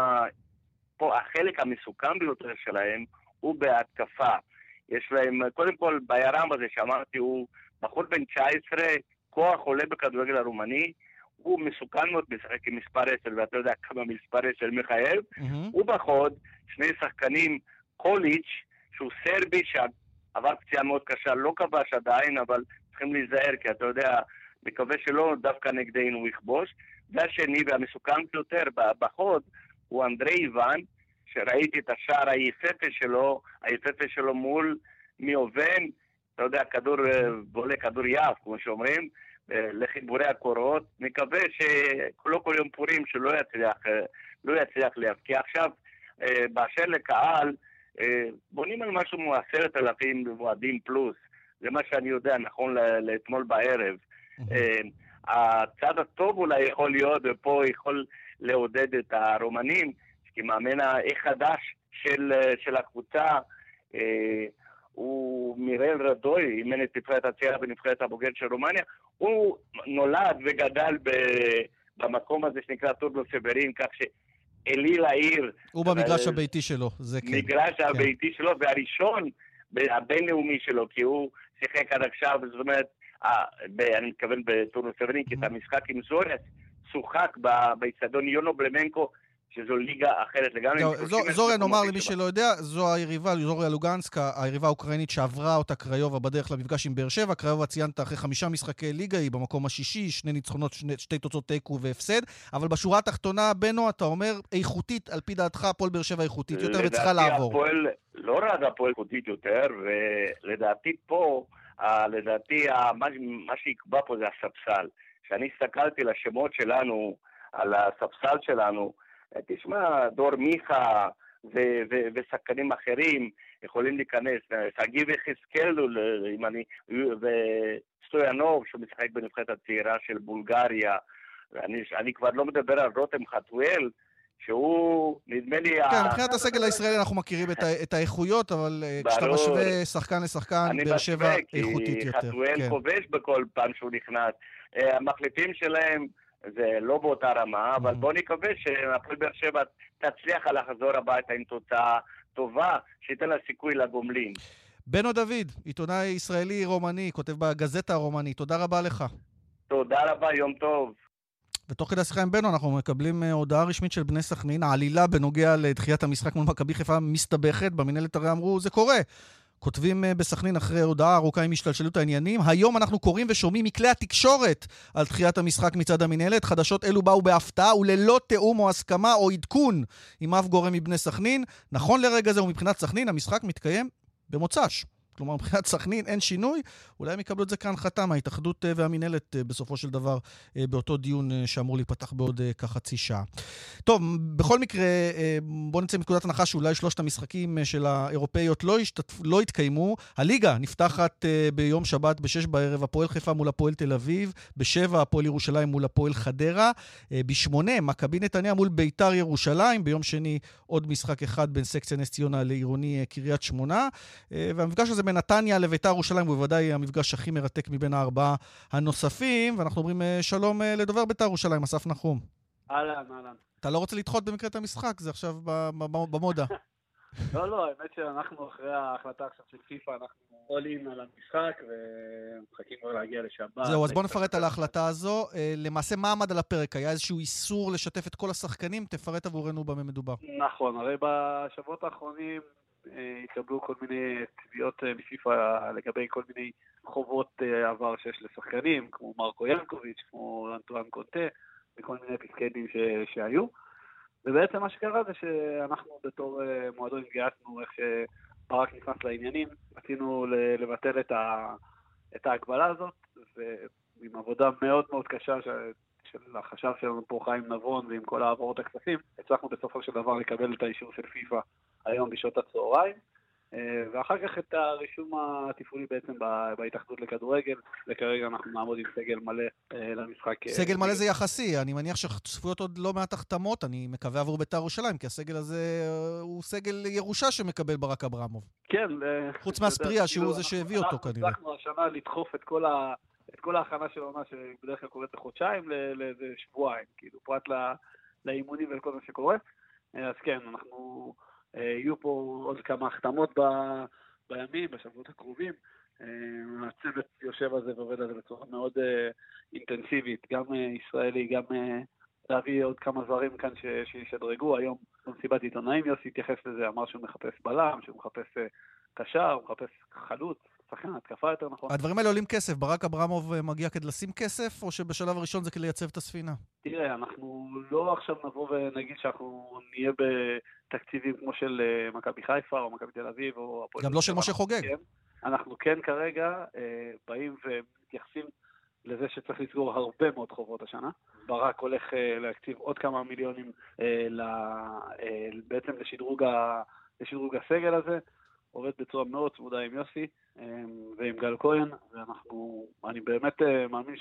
החלק המסוכן ביותר שלהם, הוא בהתקפה. יש להם, קודם כל, בירם הזה שאמרתי, הוא בחור בן 19, כוח עולה בכדורגל הרומני, הוא מסוכן מאוד משחק עם מספר 10, ואתה יודע כמה מספר 10 מחייב. הוא בחוד, שני שחקנים, קוליץ', שהוא סרבי שעבר פציעה מאוד קשה, לא כבש עדיין, אבל צריכים להיזהר, כי אתה יודע, מקווה שלא דווקא נגדנו הוא יכבוש. והשני והמסוכן ביותר בחוד הוא אנדרי איוון, שראיתי את השער היפהפה שלו מול מיובן, אתה יודע, כדור בולה, כדור יף, כמו שאומרים, לחיבורי הקורות. מקווה שלא כל יום פורים שלא יצליח להבקיע. עכשיו, באשר לקהל, בונים על משהו כמו 10,000 מועדים פלוס. זה מה שאני יודע, נכון לאתמול בערב. הצד הטוב אולי יכול להיות, ופה יכול לעודד את הרומנים, כמאמן החדש של הקבוצה, הוא מיראל רדוי, אימן את נבחרת הצעירה בנבחרת הבוגרת של רומניה. הוא נולד וגדל במקום הזה שנקרא טורבו סברין, כך שאלי לעיר... הוא במגרש הביתי שלו, זה כן. מגרש הביתי שלו, והראשון הבינלאומי שלו, כי הוא שיחק עד עכשיו, זאת אומרת, אני מתכוון בטורבו סברין, כי את המשחק עם זוריה שוחק באצטדיון יונו בלמנקו, שזו ליגה אחרת לגמרי. זוריה, נאמר למי שלא יודע, זו היריבה, זוריה לוגנסקה, היריבה האוקראינית שעברה אותה קריובה בדרך למפגש עם באר שבע. קריובה ציינת אחרי 5 משחקי ליגה, היא במקום השישי, 2 ניצחונות, 2 תוצאות תיקו והפסד, אבל בשורה התחתונה, בנו, אתה אומר, איכותית, על פי דעתך, הפועל באר שבע איכותית יותר וצריכה לעבור. לא רק הפועל איכותית יותר, ולדעתי פה, לדעתי, מה שיקבע פה זה הספסל. כשאני הסתכלתי לשמות שלנו, על הספסל שלנו, תשמע, דור מיכה ושחקנים אחרים יכולים להיכנס, סגיב וחזקאלו וסטויאנוב שמשחק בנבחרת הצעירה של בולגריה, אני כבר לא מדבר על רותם חתואל, שהוא נדמה לי... כן, מבחינת הסגל הישראלי אנחנו מכירים את האיכויות, אבל כשאתה משווה שחקן לשחקן, באר שבע איכותית יותר. חתואל כובש בכל פעם שהוא נכנס. המחליטים שלהם זה לא באותה רמה, אבל בוא נקווה שהפועל באר שבע תצליח לחזור הביתה עם תוצאה טובה, שייתן לה סיכוי לגומלין. בנו דוד, עיתונאי ישראלי רומני, כותב בגזטה הרומנית, תודה רבה לך. תודה רבה, יום טוב. ותוך כדי השיחה עם בנו אנחנו מקבלים הודעה רשמית של בני סכנין, העלילה בנוגע לדחיית המשחק מול מכבי חיפה מסתבכת, במנהלת הרי אמרו זה קורה. כותבים בסכנין אחרי הודעה ארוכה עם השתלשלות העניינים. היום אנחנו קוראים ושומעים מכלי התקשורת על דחיית המשחק מצד המנהלת. חדשות אלו באו בהפתעה וללא תיאום או הסכמה או עדכון עם אף גורם מבני סכנין. נכון לרגע זה ומבחינת סכנין המשחק מתקיים במוצ"ש. כלומר, מבחינת סכנין אין שינוי, אולי הם יקבלו את זה כאן חתם, ההתאחדות והמנהלת בסופו של דבר באותו דיון שאמור להיפתח בעוד כחצי שעה. טוב, בכל מקרה, בואו נצא מנקודת הנחה שאולי 3 המשחקים של האירופאיות לא יתקיימו. הליגה נפתחת ביום שבת ב-6 בערב, הפועל חיפה מול הפועל תל אביב, ב-7 הפועל ירושלים מול הפועל חדרה, ב-8 מכבי נתניה מול ביתר ירושלים, ביום שני עוד משחק אחד בין סקציה נס ציונה לעירוני קריית שמונה, והמפגש הזה בנתניה לביתר ירושלים הוא בוודאי המפגש הכי מרתק מבין 4 הנוספים, ואנחנו אומרים שלום לדובר ביתר ירושלים, אסף נחום. אהלן. אתה לא רוצה לדחות במקרה את המשחק? זה עכשיו במודה. לא, האמת שאנחנו אחרי ההחלטה עכשיו של פיפה, אנחנו עולים על המשחק ומחכים כבר להגיע לשבת. זהו, אז בוא נפרט על ההחלטה הזו. למעשה, מה עמד על הפרק? היה איזשהו איסור לשתף את כל השחקנים? תפרט עבורנו במה מדובר. נכון, הרי בשבועות האחרונים התקבלו כל מיני תביעות מפיפה לגבי כל מיני חובות עבר שיש לשחקנים, כמו מרקו ינקוביץ', כמו אנטואן קונטה, וכל מיני פסקי דין שהיו. ובעצם מה שקרה זה שאנחנו בתור מועדון גייסנו איך שברק נכנס לעניינים, רצינו לבטל את ההגבלה הזאת, ועם עבודה מאוד מאוד קשה של החשב שלנו פה חיים נבון ועם כל העברות הכספים, הצלחנו בסופו של דבר לקבל את האישור של פיפה היום בשעות הצהריים, ואחר כך את הרישום התפעולי בעצם בהתאחדות לכדורגל, וכרגע אנחנו נעמוד עם סגל מלא למשחק. סגל מלא זה יחסי, אני מניח שצפויות עוד לא מעט החתמות, אני מקווה עבור בית"ר ירושלים, כי הסגל הזה הוא סגל ירושה שמקבל ברק אברמוב. כן. חוץ מהספריה, שהוא זה שהביא אותו כנראה. אנחנו הצלחנו השנה לדחוף את כל ההכנה של העונה שבדרך כלל קורית לחודשיים לאיזה שבועיים, כאילו פרט לאימונים ולכל מה שקורה. אז כן, אנחנו יהיו פה עוד כמה החתמות בימים, בשבועות הקרובים, הצוות יושב על זה ועובד על זה בצורה מאוד אינטנסיבית, גם ישראלי, גם להביא עוד כמה זרים כאן שישדרגו. היום במסיבת עיתונאים יוסי התייחס לזה, אמר שהוא מחפש בלם, שהוא מחפש קשר, הוא מחפש חלוץ, שחקן התקפה יותר נכון. הדברים האלה עולים כסף, ברק אברמוב מגיע כדי לשים כסף, או שבשלב הראשון זה כדי לייצב את הספינה? תראה, אנחנו לא עכשיו נבוא ונגיד שאנחנו נהיה בתקציבים כמו של מכבי חיפה או מכבי תל אביב או גם לא של משה חוגג. אנחנו כן כרגע באים ומתייחסים לזה שצריך לסגור הרבה מאוד חובות השנה. ברק הולך להקציב עוד כמה מיליונים בעצם לשדרוג הסגל הזה. עובד בצורה מאוד צמודה עם יוסי ועם גל כהן, ואני באמת מאמין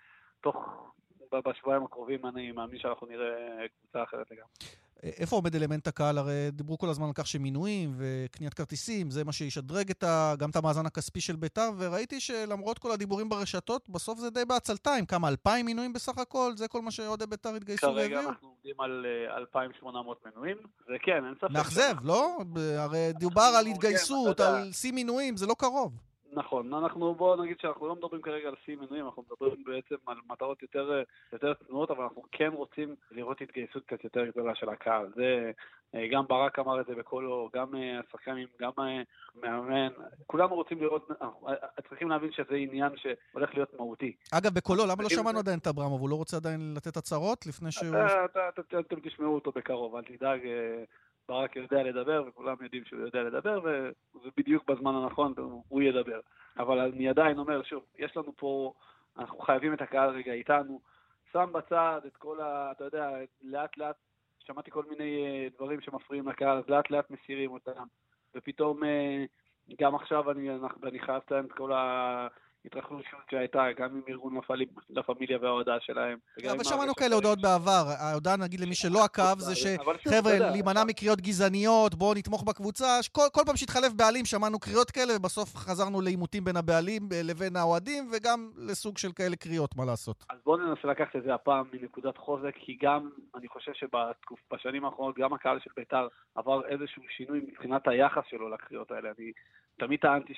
בשבועיים הקרובים אני מאמין שאנחנו נראה קבוצה אחרת לגמרי. איפה עומד אלמנט הקהל? הרי דיברו כל הזמן על כך שמינויים וקניית כרטיסים, זה מה שישדרג גם את המאזן הכספי של בית"ר, וראיתי שלמרות כל הדיבורים ברשתות, בסוף זה די בעצלתיים, כמה 2,000 מינויים בסך הכל, זה כל מה שאוהדי בית"ר התגייסו והביאו. כרגע אנחנו עומדים על 2,800 מינויים, וכן, אין ספק. מאכזב, לא? הרי דובר על התגייסות, על שיא מינויים, זה לא קרוב. נכון, בואו נגיד שאנחנו לא מדברים כרגע על שיא מינויים, אנחנו מדברים בעצם על מטרות יותר צנועות, אבל אנחנו כן רוצים לראות התגייסות קצת יותר גדולה של הקהל. זה, גם ברק אמר את זה בקולו, גם השחקנים, גם מאמן, כולנו רוצים לראות, צריכים להבין שזה עניין שהולך להיות מהותי. אגב, בקולו, למה לא שמענו עדיין את אברמוב? הוא לא רוצה עדיין לתת הצהרות לפני שהוא... אתם תשמעו אותו בקרוב, אל תדאג. ברק יודע לדבר, וכולם יודעים שהוא יודע לדבר, ובדיוק בזמן הנכון הוא ידבר. אבל אני עדיין אומר, שוב, יש לנו פה, אנחנו חייבים את הקהל רגע איתנו, שם בצד את כל אתה יודע, לאט לאט, שמעתי כל מיני דברים שמפריעים לקהל, אז לאט לאט מסירים אותם, ופתאום, גם עכשיו אני חייב לציין את כל התרחשות שהייתה, גם עם ארגון לפמיליה וההודעה שלהם. אבל שמענו כאלה הודעות בעבר. ההודעה, נגיד למי שלא עקב, זה שחבר'ה, להימנע מקריאות גזעניות, בואו נתמוך בקבוצה. כל פעם שהתחלף בעלים שמענו קריאות כאלה, ובסוף חזרנו לעימותים בין הבעלים לבין האוהדים, וגם לסוג של כאלה קריאות, מה לעשות. אז בואו ננסה לקחת את זה הפעם מנקודת חוזק, כי גם, אני חושב שבשנים האחרונות, גם הקהל של בית"ר עבר איזשהו שינוי מבחינת היחס שלו לקריאות האלה. אני תמיד טענתי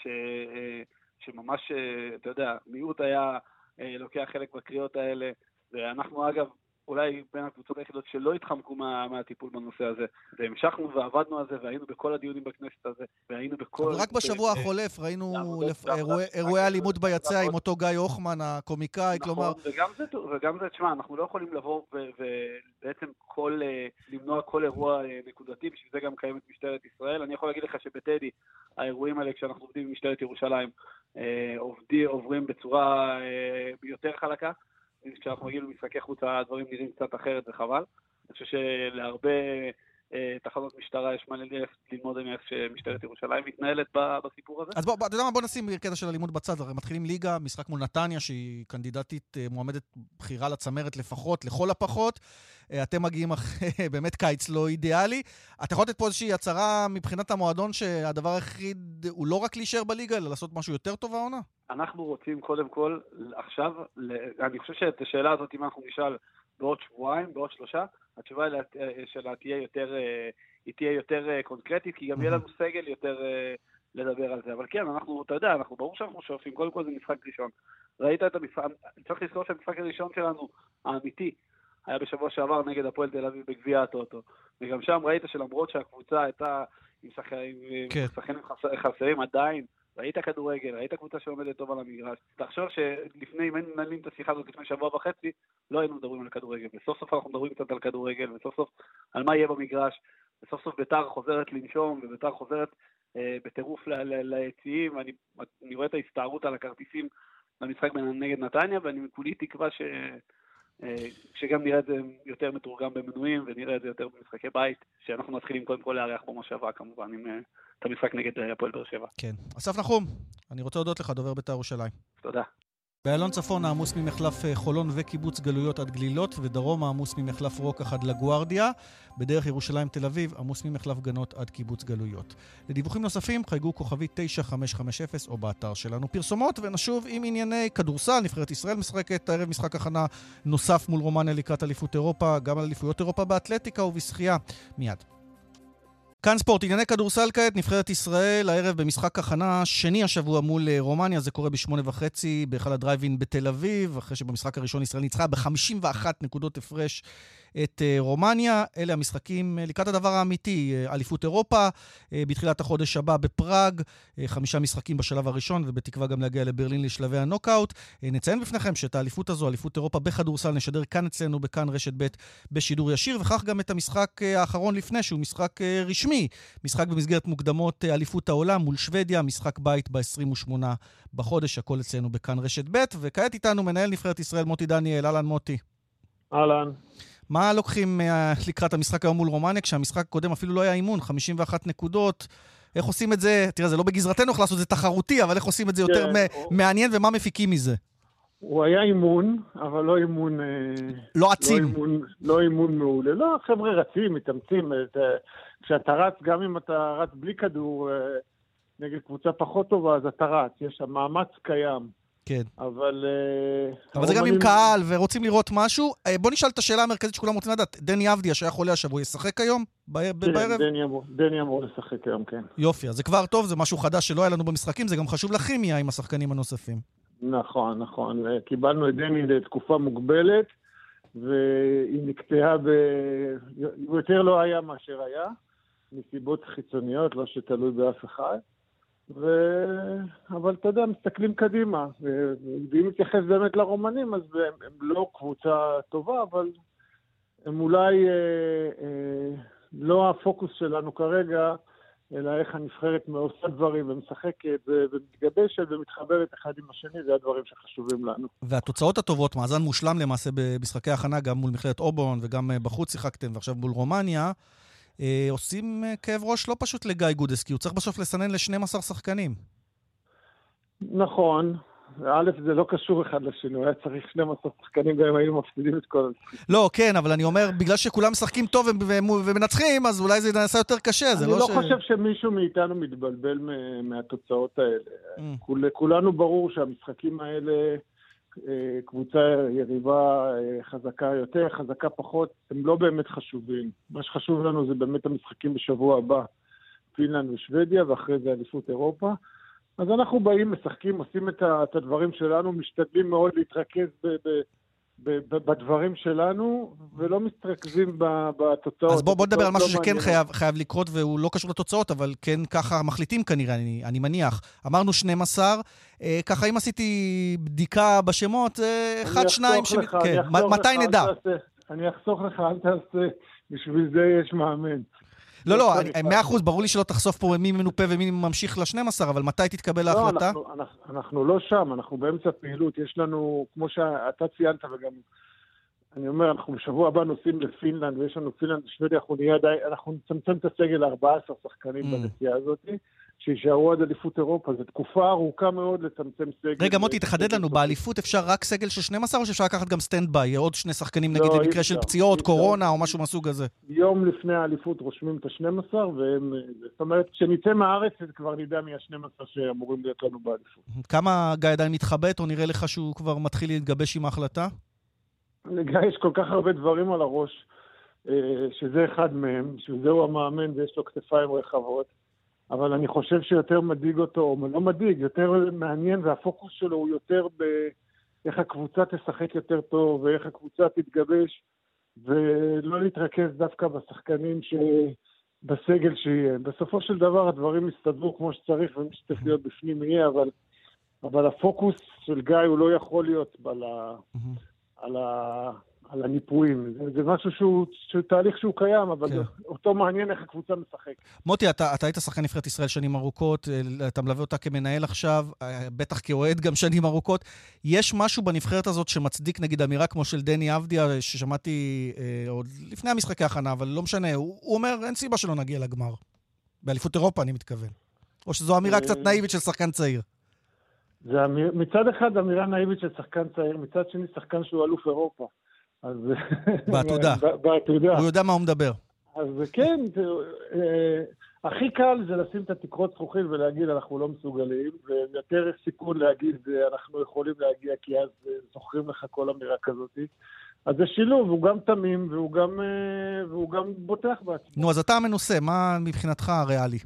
שממש, אתה יודע, מיעוט היה לוקח חלק בקריאות האלה, ואנחנו אגב, אולי בין הקבוצות היחידות שלא התחמקו מהטיפול בנושא הזה, והמשכנו ועבדנו על זה, והיינו בכל הדיונים בכנסת הזה, והיינו בכל... רק בשבוע החולף ראינו אירועי אלימות ביציע עם אותו גיא הוחמן, הקומיקאי, כלומר... וגם זה, תשמע, אנחנו לא יכולים לבוא ובעצם למנוע כל אירוע נקודתי, בשביל זה גם קיימת משטרת ישראל. אני יכול להגיד לך שבטדי, האירועים האלה, כשאנחנו עובדים עם משטרת ירושלים, עוברים בצורה יותר חלקה. כשאנחנו מגיעים למשחקי חוץ, הדברים נראים קצת אחרת וחבל. אני חושב שלהרבה תחנות משטרה יש מה ללמוד איך שמשטרת ירושלים מתנהלת בסיפור הזה. אז אתה יודע מה, בוא נשים קטע של אלימות בצד. הרי מתחילים ליגה, משחק מול נתניה, שהיא קנדידטית מועמדת בחירה לצמרת לפחות, לכל הפחות. אתם מגיעים אחרי באמת קיץ לא אידיאלי. אתה יכול לתת פה איזושהי הצהרה מבחינת המועדון שהדבר היחיד הוא לא רק להישאר בליגה, אלא לעשות משהו יותר טוב העונה? אנחנו רוצים קודם כל, עכשיו, אני חושב שאת השאלה הזאת, אם אנחנו נשאל בעוד שבועיים, בעוד 3, התשובה שלה תהיה יותר קונקרטית, כי גם יהיה לנו סגל יותר לדבר על זה. אבל כן, אתה יודע, אנחנו ברור שאנחנו שואפים, קודם כל זה משחק ראשון. ראית את המשחק, צריך לזכור שהמשחק הראשון שלנו, האמיתי, היה בשבוע שעבר נגד הפועל תל אביב בגביע הטוטו. וגם שם ראית שלמרות שהקבוצה הייתה עם שחקנים חסרים עדיין, ראית כדורגל, ראית קבוצה שעומדת טוב על המגרש. תחשוב שלפני, אם היינו מנהלים את השיחה הזאת לפני שבוע וחצי, לא היינו מדברים על כדורגל. וסוף סוף אנחנו מדברים קצת על כדורגל, וסוף סוף על מה יהיה במגרש. וסוף סוף בית"ר חוזרת לנשום, ובית"ר חוזרת בטירוף ליציעים. אני רואה את ההסתערות על הכרטיסים למשחק נגד נתניה, ואני כולי תקווה שגם נראה את זה יותר מתורגם במנויים, ונראה את זה יותר במשחקי בית, שאנחנו מתחילים קודם כל לארח במושבה, כמובן, עם את המשחק נגד הפועל באר שבע. כן. אסף נחום, אני רוצה להודות לך, דובר בית"ר ירושלים. תודה. באלון צפון העמוס ממחלף חולון וקיבוץ גלויות עד גלילות, ודרום העמוס ממחלף רוקח עד לגוארדיה, בדרך ירושלים תל אביב עמוס ממחלף גנות עד קיבוץ גלויות. לדיווחים נוספים חייגו כוכבי 9550 או באתר שלנו. פרסומות ונשוב עם ענייני כדורסל. נבחרת ישראל משחקת הערב משחק הכנה נוסף מול רומניה לקראת אליפות אירופה, גם על אליפויות אירופה באתלטיקה ובשחייה. מיד. כאן ספורט, ענייני כדורסל כעת, נבחרת ישראל, הערב במשחק הכנה שני השבוע מול רומניה, זה קורה ב8:30 באחד הדרייבין בתל אביב, אחרי שבמשחק הראשון ישראל ניצחה ב51 נקודות הפרש את רומניה. אלה המשחקים לקראת הדבר האמיתי, אליפות אירופה, בתחילת החודש הבא בפראג, 5 משחקים בשלב הראשון, ובתקווה גם להגיע לברלין לשלבי הנוקאוט. נציין בפניכם שאת האליפות הזו, אליפות אירופה בכדורסל, נשדר כאן אצלנו, בכאן רשת ב' בשידור ישיר, וכך גם את המשחק האחרון לפני, שהוא משחק רשמי, משחק במסגרת מוקדמות אליפות העולם מול שוודיה, משחק בית ב-28 בחודש, הכל אצלנו בכאן רשת ב', וכעת איתנו מנהל נבחרת ישראל מוטי דניאל. אהלן מוטי. אהלן. מה לוקחים לקראת המשחק היום מול רומניה, כשהמשחק הקודם אפילו לא היה אימון, 51 נקודות, איך עושים את זה? תראה, זה לא בגזרתנו איך לעשות את זה תחרותי, אבל איך עושים את זה יותר מעניין, ומה מפיקים מזה? הוא היה אימון, אבל לא אימון... לא עצים. לא אימון מעולה. לא, חבר'ה רצים, מתאמצים. כשאתה רץ, גם אם אתה רץ בלי כדור, נגד קבוצה פחות טובה, אז אתה רץ. יש המאמץ קיים. כן. אבל זה גם עם קהל, ורוצים לראות משהו. בוא נשאל את השאלה המרכזית שכולם רוצים לדעת. דני אבדיה, שהיה חולה השבוע, ישחק היום? בערב? כן, דני אמור לשחק היום, כן. יופי, אז זה כבר טוב, זה משהו חדש שלא היה לנו במשחקים, זה גם חשוב לכימיה עם השחקנים הנוספים. נכון, נכון. קיבלנו את דני לתקופה מוגבלת, והיא נקטעה יותר לא היה מאשר היה, מסיבות חיצוניות, לא שתלוי באף אחד. אבל אתה יודע, מסתכלים קדימה, ואם מתייחס באמת לרומנים, אז הם לא קבוצה טובה, אבל הם אולי לא הפוקוס שלנו כרגע, אלא איך הנבחרת עושה דברים ומשחקת ומתגבשת ומתחברת אחד עם השני, זה הדברים שחשובים לנו. והתוצאות הטובות, מאזן מושלם למעשה במשחקי ההכנה, גם מול מכללת אורבון וגם בחוץ שיחקתם, ועכשיו מול רומניה, עושים כאב ראש לא פשוט לגיא גודס, כי הוא צריך בסוף לסנן ל-12 שחקנים. נכון. א', זה לא קשור אחד לשני, היה צריך 12 שחקנים, גם היינו מפסידים את כל המשחקים. לא, כן, אבל אני אומר, בגלל שכולם משחקים טוב ומנצחים, אז אולי זה נעשה יותר קשה. אני לא חושב שמישהו מאיתנו מתבלבל מהתוצאות האלה. כולנו ברור שהמשחקים האלה, קבוצה יריבה חזקה יותר, חזקה פחות, הם לא באמת חשובים. מה שחשוב לנו זה באמת המשחקים בשבוע הבא, פינלנד ושוודיה, ואחרי זה אליפות אירופה. אז אנחנו באים, משחקים, עושים את הדברים שלנו, משתדלים מאוד להתרכז בדברים שלנו, ולא מתרכזים בתוצאות. אז בוא נדבר על משהו שכן חייב לקרות, והוא לא קשור לתוצאות, אבל כן ככה מחליטים כנראה, אני מניח. אמרנו 12, ככה אם עשיתי בדיקה בשמות, 1, 2, מתי נדע? אני אחסוך לך, אל תעשה, בשביל זה יש מאמן. לא, 100%, ברור לי שלא תחשוף פה מי מנופה ומי ממשיך ל-12, אבל מתי תתקבל ההחלטה? אנחנו לא שם, אנחנו באמצע פעילות, יש לנו, כמו שאתה ציינת וגם, אני אומר, אנחנו בשבוע הבא נוסעים לפינלנד, ויש לנו פינלנד ושוודיה, אנחנו נצמצם את הסגל 14 שחקנים בנסיעה הזאת, שישארו עד אליפות אירופה, זו תקופה ארוכה מאוד לצמצם סגל. רגע, מוטי, תחדד לנו, באליפות אפשר רק סגל של 12, או שאפשר לקחת גם סטנד-ביי, עוד 2 שחקנים נגיד במקרה של פציעות, קורונה או משהו מסוג הזה? יום לפני האליפות רושמים את ה-12, זאת אומרת, כשניצא מהארץ, כבר נדע מ-12 שאמורים להיות לנו באליפות. כמה גיא עדיין מתחבט, או נראה לך שהוא כבר מתחיל להתגבש עם ההחלטה? לגיא יש כל כך הרבה דברים על הראש, שזה אחד מהם, שזהו המאמן ויש לו כתפיים רחבות. אבל אני חושב שיותר מדאיג אותו, או לא מדאיג, יותר מעניין, והפוקוס שלו הוא יותר באיך הקבוצה תשחק יותר טוב, ואיך הקבוצה תתגבש, ולא להתרכז דווקא בשחקנים בסגל שיהיה. בסופו של דבר הדברים מסתדרו כמו שצריך, ומי שצריך להיות בפנים יהיה, אבל הפוקוס של גיא הוא לא יכול להיות על הניפויים. זה משהו שהוא תהליך שהוא קיים, אבל אותו מעניין איך הקבוצה משחק. מוטי, אתה היית שחקן נבחרת ישראל שנים ארוכות, אתה מלווה אותה כמנהל עכשיו, בטח כאוהד גם שנים ארוכות. יש משהו בנבחרת הזאת שמצדיק נגיד אמירה כמו של דני אבדיה, ששמעתי עוד לפני המשחקי ההכנה, אבל לא משנה, הוא אומר, אין סיבה שלא נגיע לגמר. באליפות אירופה אני מתכוון. או שזו אמירה קצת נאיבית של שחקן צעיר. זה מצד אחד אמירה נאיבית של שחקן צעיר, מצד שני שחקן שהוא אלוף אירופה. בעתודה. הוא יודע מה הוא מדבר. אז כן, הכי קל זה לשים את התקרות זכוכית ולהגיד אנחנו לא מסוגלים, ויותר סיכון להגיד אנחנו יכולים להגיע כי אז זוכרים לך כל אמירה כזאת. אז זה שילוב, הוא גם תמים והוא גם בוטח בעצמו. נו, אז אתה המנוסה, מה מבחינתך הריאלי?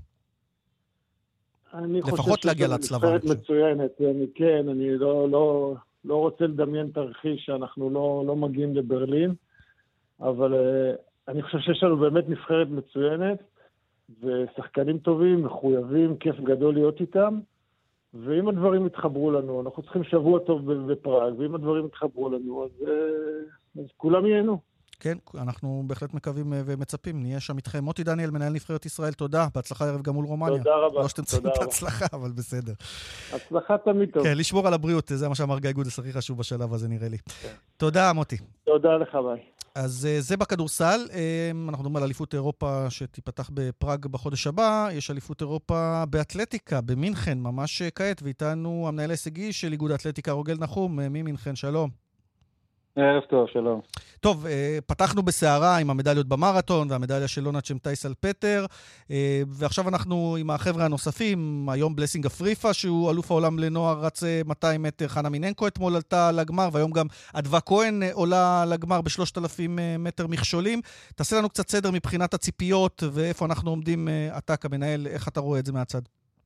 לפחות להגיע להצלבה. אני חושב שזו מצוינת, כן, אני לא רוצה לדמיין תרחיש שאנחנו לא מגיעים לברלין, אבל אני חושב שיש לנו באמת נבחרת מצוינת, ושחקנים טובים, מחויבים, כיף גדול להיות איתם, ואם הדברים יתחברו לנו, אנחנו צריכים שבוע טוב בפראג, ואם הדברים יתחברו לנו, אז כולם ייהנו. כן, אנחנו בהחלט מקווים ומצפים, נהיה שם איתכם. מוטי דניאל, מנהל נבחרת ישראל, תודה. בהצלחה ערב גם מול רומניה. תודה רבה. לא שאתם צריכים את ההצלחה, אבל בסדר. הצלחה תמיד טוב. כן, לשמור על הבריאות, זה מה שאמר גיא גודס הכי חשוב בשלב הזה, נראה לי. תודה, מוטי. תודה לך, ביי. אז זה בכדורסל, אנחנו מדברים על אליפות אירופה שתיפתח בפראג בחודש הבא, יש אליפות אירופה באתלטיקה, במינכן, ממש כעת, ואיתנו המנהל ההישגי של איגוד האתלטיקה, רוגל נחום, ממינכן, שלום. ערב טוב, שלום. טוב, פתחנו בסערה עם המדליות במרתון, והמדליה של לונה צ'מטאי סלפטר, ועכשיו אנחנו עם החבר'ה הנוספים, היום בלסינג אפריפה, שהוא אלוף העולם לנוער, רץ 200 מטר, חנה מיננקו אתמול עלתה לגמר, והיום גם אדווה כהן עולה לגמר ב3,000 מטר מכשולים. תעשה לנו קצת סדר מבחינת הציפיות, ואיפה אנחנו עומדים, אתה כמנהל, איך אתה רואה את זה מהצד?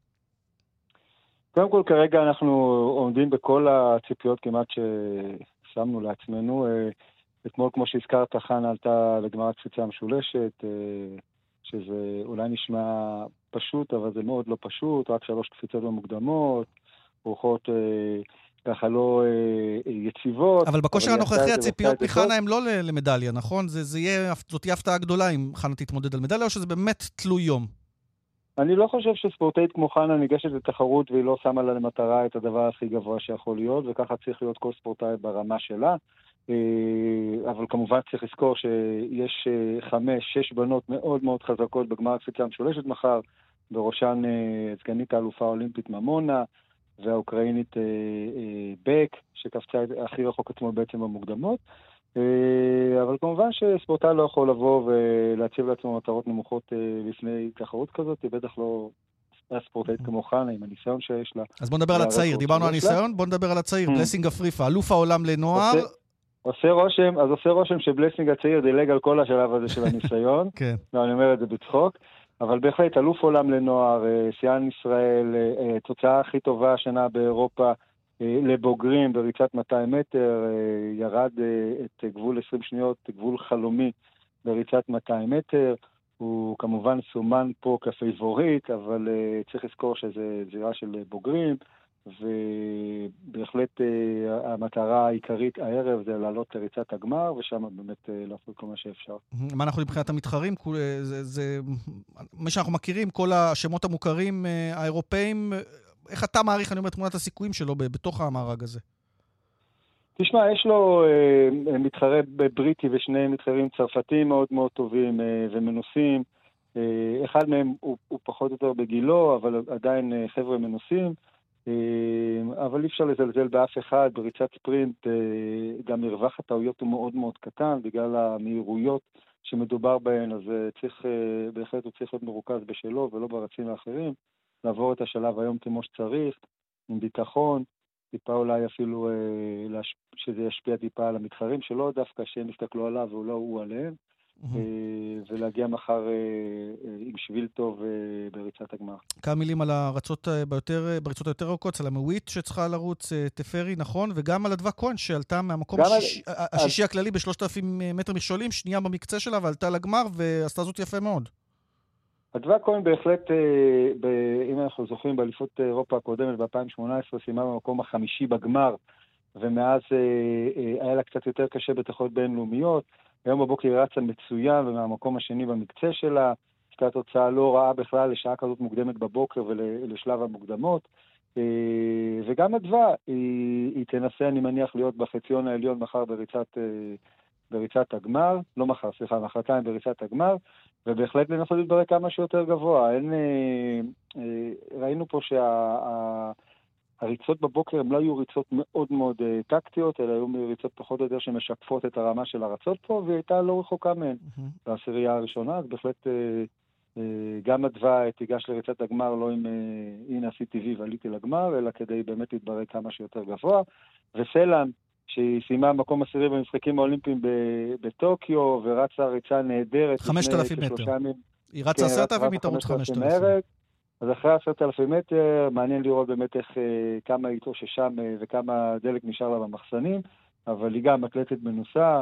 קודם כל, כרגע אנחנו עומדים בכל הציפיות כמעט שמנו לעצמנו. אתמול, כמו שהזכרת, חנה עלתה לגמר הקפיצה המשולשת, שזה אולי נשמע פשוט, אבל זה מאוד לא פשוט, רק 3 קפיצות במוקדמות, רוחות ככה לא יציבות. אבל בכושר הנוכחי הציפיות מחנה הם לא למדליה, נכון? זאת תהיה הפתעה גדולה אם חנה תתמודד על מדליה, או שזה באמת תלוי יום? אני לא חושב שספורטאית כמו חנה ניגשת לתחרות והיא לא שמה לה למטרה את הדבר הכי גבוה שיכול להיות, וככה צריך להיות כל ספורטאי ברמה שלה. אבל כמובן צריך לזכור שיש 5-6 בנות מאוד מאוד חזקות בגמר הקפיצה המשולשת מחר, בראשן סגנית האלופה האולימפית ממונה, והאוקראינית בק, שקפצה הכי רחוק עצמו בעצם במוקדמות. אבל כמובן שספורטאי לא יכול לבוא ולהציב לעצמו מטרות נמוכות לפני תחרות כזאת, היא בטח לא ספורטאית כמו חנה, עם הניסיון שיש לה. אז בוא נדבר על הצעיר, דיברנו על הניסיון, בוא נדבר על הצעיר, בלסינג אפריפה, אלוף העולם לנוער. עושה רושם שבלסינג הצעיר דילג על כל השלב הזה של הניסיון, לא, אני אומר את זה בצחוק, אבל בהחלט אלוף עולם לנוער, שיאן ישראל, תוצאה הכי טובה השנה באירופה, לבוגרים בריצת 200 מטר, ירד את גבול 20 שניות, גבול חלומי בריצת 200 מטר, הוא כמובן סומן פה כפייבוריט, אבל צריך לזכור שזה זירה של בוגרים, ובהחלט המטרה העיקרית הערב זה לעלות לריצת הגמר, ושם באמת לעשות כל מה שאפשר. מה אנחנו מבחינת המתחרים? זה מה שאנחנו מכירים, כל השמות המוכרים האירופאים, איך אתה מעריך, אני אומר, תמונת הסיכויים שלו בתוך המארג הזה? תשמע, יש לו מתחרה בריטי ושני מתחרים צרפתיים מאוד מאוד טובים ומנוסים. אחד מהם הוא פחות או יותר בגילו, אבל עדיין חבר'ה מנוסים. אבל אי אפשר לזלזל באף אחד. בריצת ספרינט גם מרווח הטעויות הוא מאוד מאוד קטן, בגלל המהירויות שמדובר בהן, אז בהחלט הוא צריך להיות מרוכז בשלו ולא ברצים האחרים. לעבור את השלב היום כמו שצריך, עם ביטחון, טיפה אולי אפילו שזה ישפיע טיפה על המתחרים שלו, דווקא שהם יסתכלו עליו ולא הוא עליהם, ולהגיע מחר עם שביל טוב בריצת הגמר. כמה מילים על הרצות בריצות היותר ארוכות, על המווית שצריכה לרוץ תפרי, נכון? וגם על אדווה כהן שעלתה מהמקום השישי הכללי ב3,000 מטר מכשולים, שנייה במקצה שלה ועלתה לגמר ועשתה זאת יפה מאוד. אדווה כהן בהחלט, אם אנחנו זוכרים באליפות אירופה הקודמת ב-2018, סיימה במקום החמישי בגמר, ומאז היה לה קצת יותר קשה בתחרות בינלאומיות. היום בבוקר היא רצה מצוין, ומהמקום השני במקצה שלה, הייתה תוצאה לא רעה בכלל לשעה כזאת מוקדמת בבוקר ולשלב המוקדמות. וגם אדווה, היא תנסה, אני מניח, להיות בחציון העליון מחר בריצת הגמר, לא מחר, סליחה, מחרתיים בריצת הגמר, ובהחלט לנסות להתברר כמה שיותר גבוה. ראינו פה שהריצות בבוקר הם לא היו ריצות מאוד מאוד טקטיות, אלא היו ריצות פחות או יותר שמשקפות את הרמה של הרצות פה, והיא הייתה לא רחוקה מהן בעשירייה הראשונה, אז בהחלט גם הדווה תיגש לריצת הגמר לא עם הנה עשיתי וי ועליתי לגמר, אלא כדי באמת להתברג כמה שיותר גבוה. וסלן, שהיא סיימה מקום 10 במשחקים האולימפיים בטוקיו, ורצה ריצה נהדרת. 5,000 מטר. היא רצה 10,000 מתרוץ 5,000. אז אחרי 10,000 מטר, מעניין לראות באמת כמה היא התאוששה וכמה דלק נשאר לה במחסנים, אבל היא גם אתלטית מנוסה,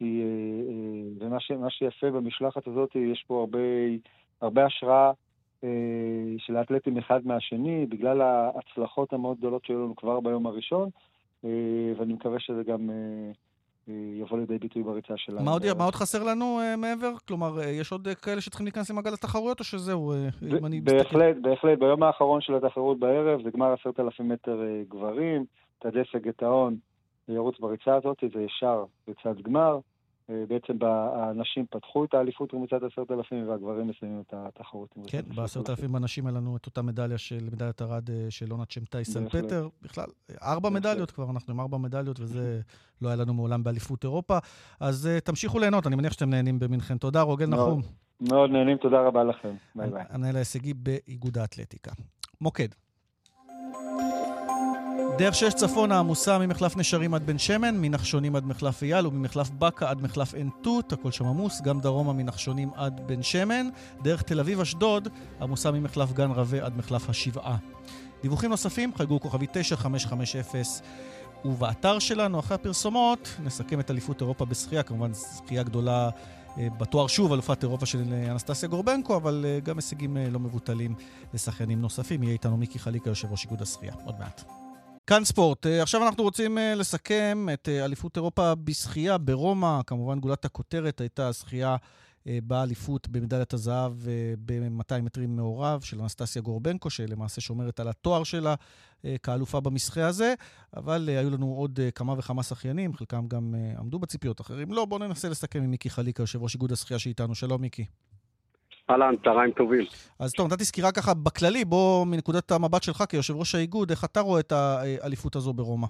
ומה שיפה במשלחת הזאת, יש פה הרבה השראה של האתלטים אחד מהשני, בגלל ההצלחות המאוד גדולות שהיו לנו כבר ביום הראשון, ואני מקווה שזה גם יבוא לידי ביטוי בריצה שלנו. מה עוד חסר לנו מעבר? כלומר, יש עוד כאלה שצריכים להיכנס למעגל התחרויות, או שזהו? בהחלט, ביום האחרון של התחרות בערב, זה גמר 10,000 מטר גברים, תדסה גטאון ירוץ בריצה הזאת, זה ישר ריצת גמר. בעצם האנשים פתחו את האליפות רמיצת 10,000 והגברים מסיימים את התחרות. כן, ב10,000 בנשים היה לנו את אותה מדליה של מדליית ארד של עונת שמטאי סן פטר. בכלל, 4 מדליות כבר, אנחנו עם 4 מדליות, וזה לא היה לנו מעולם באליפות אירופה. אז תמשיכו ליהנות, אני מניח שאתם נהנים במינכן. תודה, רוגל נחום. מאוד נהנים, תודה רבה לכם. ביי ביי. המנהל ההישגי באיגוד האתלטיקה. מוקד. דרך 6 צפונה עמוסה ממחלף נשרים עד בן שמן, מנחשונים עד מחלף אייל וממחלף בקה עד מחלף עין תות, הכל שם עמוס, גם דרומה מנחשונים עד בן שמן. דרך תל אביב אשדוד עמוסה ממחלף גן רווה עד מחלף השבעה. דיווחים נוספים חייגו כוכבי 9550 ובאתר שלנו. אחרי הפרסומות נסכם את אליפות אירופה בשחייה, כמובן שחייה גדולה בתואר שוב, אלופת אירופה של אנסטסיה גורבנקו, אבל גם הישגים לא מבוטלים לשחיינים נוספים. יהיה איתנו מיקי חליקה, יושב ראש איגוד השחייה. עוד מעט. כאן ספורט. עכשיו אנחנו רוצים לסכם את אליפות אירופה בשחייה ברומא. כמובן גולת הכותרת הייתה השחייה באליפות במדליית הזהב ב-200 מטרים מעורב של אנסטסיה גורבנקו, שלמעשה שומרת על התואר שלה כאלופה במשחק הזה, אבל היו לנו עוד כמה וכמה שחיינים, חלקם גם עמדו בציפיות אחרים. לא, בואו ננסה לסכם עם מיקי חליקה, יושב ראש איגוד השחייה שאיתנו. שלום מיקי. אהלן, צהריים טובים. אז טוב, נתתי סקירה ככה בכללי, בוא מנקודת המבט שלך כיושב ראש האיגוד, איך אתה רואה את האליפות הזו ברומא?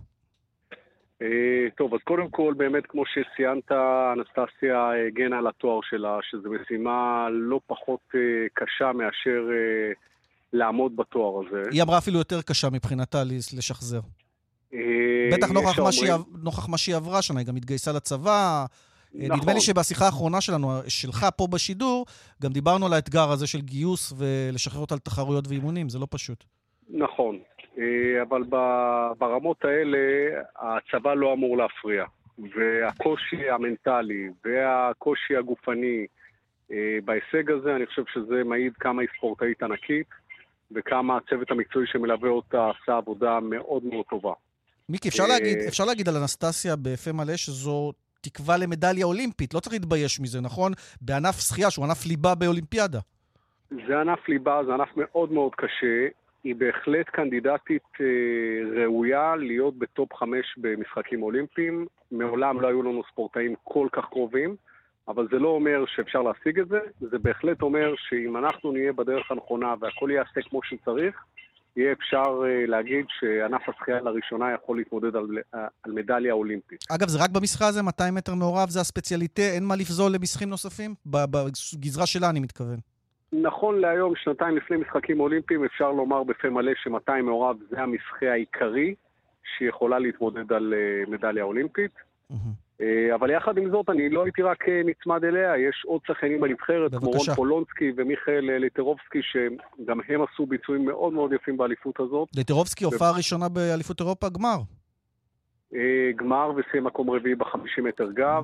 טוב, אז קודם כל, באמת כמו שציינת, אנסטסיה הגנה על התואר שלה, שזו משימה לא פחות קשה מאשר לעמוד בתואר הזה. היא אמרה אפילו יותר קשה מבחינתה לשחזר. בטח נוכח מה שהיא עברה שנה, היא גם התגייסה לצבא. נדמה לי שבשיחה האחרונה שלך פה בשידור, גם דיברנו על האתגר הזה של גיוס ולשחרר אותה לתחרויות ואימונים, זה לא פשוט. נכון, אבל ברמות האלה הצבא לא אמור להפריע, והקושי המנטלי והקושי הגופני בהישג הזה, אני חושב שזה מעיד כמה היא ספורטאית ענקית, וכמה הצוות המקצועי שמלווה אותה עשה עבודה מאוד מאוד טובה. מיקי, אפשר להגיד על אנסטסיה בפה מלא שזו תקווה למדליה אולימפית, לא צריך להתבייש מזה, נכון? בענף שחייה, שהוא ענף ליבה באולימפיאדה. זה ענף ליבה, זה ענף מאוד מאוד קשה. היא בהחלט קנדידטית ראויה להיות בטופ 5 במשחקים אולימפיים. מעולם לא היו לנו ספורטאים כל כך קרובים, אבל זה לא אומר שאפשר להשיג את זה. זה בהחלט אומר שאם אנחנו נהיה בדרך הנכונה והכל יעשה כמו שצריך, יהיה אפשר להגיד שענף השחייה לראשונה יכול להתמודד על מדליה אולימפית. אגב, זה רק במשחק הזה, 200 מטר מעורב, זה הספציאליטה, אין מה לפזול למשחקים נוספים? בגזרה שלה אני מתכוון. נכון להיום, 2 לפני משחקים אולימפיים, אפשר לומר בפה מלא ש200 מעורב זה המשחק העיקרי שיכולה להתמודד על מדליה אולימפית. אבל יחד עם זאת, אני לא הייתי רק נצמד אליה, יש עוד שחיינים בנבחרת, כמו רון פולונסקי ומיכאל ליטרובסקי, שגם הם עשו ביצועים מאוד מאוד יפים באליפות הזאת. ליטרובסקי, הופעה ראשונה באליפות אירופה, גמר. גמר וסיים מקום רביעי ב50 מטר גב.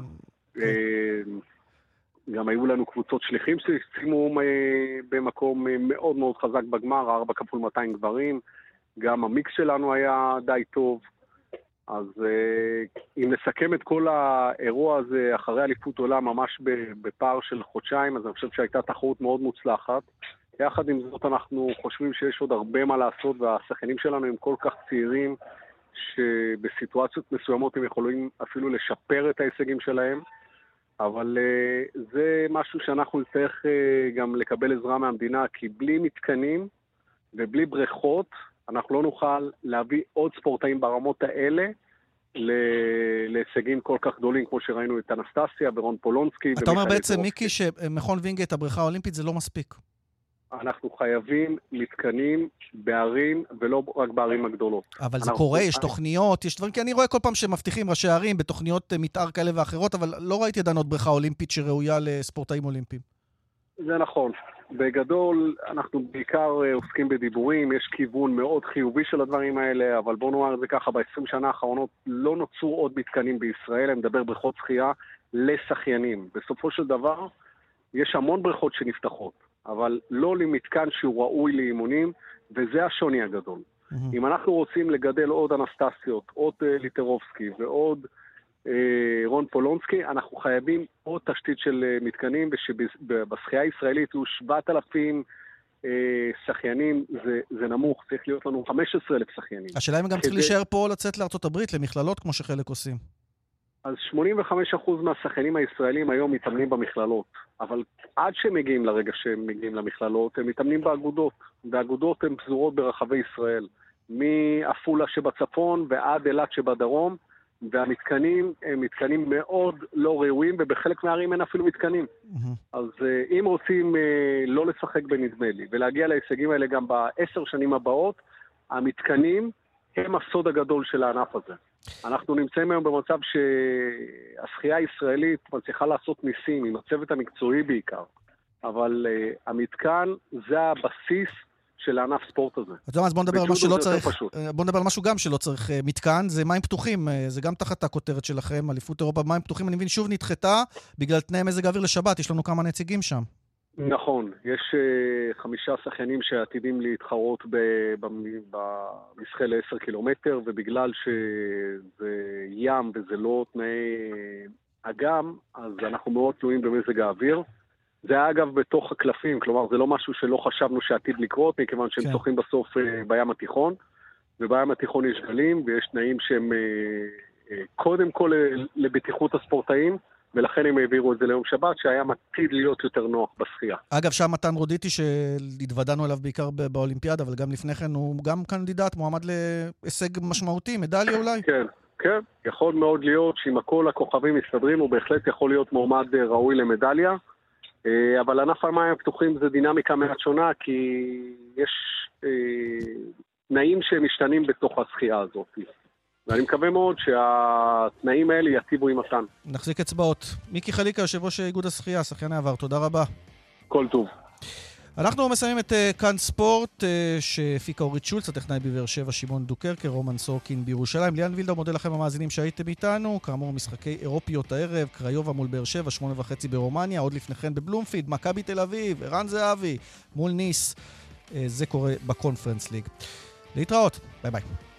גם היו לנו קבוצות שליחים שסיימו במקום מאוד מאוד חזק בגמר, 4x200 גברים. גם המיקס שלנו היה די טוב. אז אם נסכם את כל האירוע הזה אחרי אליפות עולם ממש בפער של חודשיים, אז אני חושב שהייתה תחרות מאוד מוצלחת. יחד עם זאת אנחנו חושבים שיש עוד הרבה מה לעשות, והשחיינים שלנו הם כל כך צעירים, שבסיטואציות מסוימות הם יכולים אפילו לשפר את ההישגים שלהם, אבל זה משהו שאנחנו נצטרך גם לקבל עזרה מהמדינה, כי בלי מתקנים ובלי בריכות, אנחנו לא נוכל להביא עוד ספורטאים ברמות האלה להישגים כל כך גדולים, כמו שראינו את אנסטסיה ורון פולונסקי. אתה אומר בעצם, מיקי, שמכון וינגייט, הבריכה האולימפית, זה לא מספיק. אנחנו חייבים מתקנים בערים, ולא רק בערים הגדולות. אבל זה קורה, יש תוכניות, יש דברים, כי אני רואה כל פעם שמבטיחים ראשי ערים בתוכניות מתאר כאלה ואחרות, אבל לא ראיתי עדיין עוד בריכה אולימפית שראויה לספורטאים אולימפיים. זה נכון. בגדול, אנחנו בעיקר עוסקים בדיבורים, יש כיוון מאוד חיובי של הדברים האלה, אבל בואו נאמר את זה ככה, ב-20 שנה האחרונות לא נוצרו עוד מתקנים בישראל, אני מדבר בריכות שחייה לשחיינים. בסופו של דבר, יש המון בריכות שנפתחות, אבל לא למתקן שהוא ראוי לאימונים, וזה השוני הגדול. אם אנחנו רוצים לגדל עוד אנסטסיות, עוד ליטרובסקי ועוד רון פולונסקי, אנחנו חייבים עוד תשתית של מתקנים, ושבשחייה הישראלית הוא 7,000 שחיינים, זה נמוך, צריך להיות לנו 15,000 שחיינים. השאלה אם גם צריך להישאר פה לצאת לארצות הברית, למכללות כמו שחלק עושים. אז 85% מהשחיינים הישראלים היום מתאמנים במכללות, אבל עד שהם מגיעים לרגע שהם מגיעים למכללות, הם מתאמנים באגודות, והאגודות הן פזורות ברחבי ישראל, מאפולה שבצפון ועד אילת שבדרום, והמתקנים הם מתקנים מאוד לא ראויים, ובחלק מהערים אין אפילו מתקנים. אז אם רוצים לא לשחק בנדמה לי, ולהגיע להישגים האלה גם ב10 שנים הבאות, המתקנים הם הסוד הגדול של הענף הזה. אנחנו נמצאים היום במצב שהשחייה הישראלית מצליחה לעשות ניסים, עם הצוות המקצועי בעיקר, אבל המתקן זה הבסיס של הענף ספורט הזה. אז בוא נדבר על משהו שלא צריך, בוא נדבר על משהו גם שלא צריך מתקן, זה מים פתוחים, זה גם תחת הכותרת שלכם, אליפות אירופה במים פתוחים, אני מבין שוב נדחתה, בגלל תנאי מזג האוויר לשבת, יש לנו כמה נציגים שם. נכון, יש 5 שחיינים שעתידים להתחרות במשחק ל10 קילומטר, ובגלל שזה ים וזה לא תנאי אגם, אז אנחנו מאוד תלויים במזג האוויר. זה היה אגב בתוך הקלפים, כלומר זה לא משהו שלא חשבנו שעתיד לקרות, מכיוון שהם שוחים בסוף בים התיכון, ובים התיכון יש גלים, ויש תנאים שהם קודם כל לבטיחות הספורטאים, ולכן הם העבירו את זה ליום שבת, שהיה מתחיל להיות יותר נוח בשחייה. אגב, שם מתן רודיטי, שהתוודענו אליו בעיקר באולימפיאדה, אבל גם לפני כן הוא גם קנדידט, מועמד להישג משמעותי, מדליה אולי? כן, כן. יכול מאוד להיות שאם הכל הכוכבים מסתדרים, הוא בהחלט יכול להיות מועמד ראוי למדליה, אבל ענף המים הפתוחים זה דינמיקה מעט שונה, כי יש תנאים שמשתנים בתוך השחייה הזאת. ואני מקווה מאוד שהתנאים האלה יציבו עם מתן. נחזיק אצבעות. מיקי חליקה, יושב ראש איגוד השחייה, שחיין העבר, תודה רבה. כל טוב. אנחנו מסיימים את כאן ספורט, שהפיקה אורית שולץ, הטכנאי בבאר שבע, שמעון דוקרקר, רומן סורקין בירושלים. ליאן וילדר, מודה לכם המאזינים שהייתם איתנו. כאמור, משחקי אירופיות הערב, קריובה מול באר שבע, 8:30 ברומניה, עוד לפני כן בבלומפיד, מכבי תל אביב, ערן זהבי, מול ניס. זה קורה בקונפרנס ליג. להתראות, ביי ביי.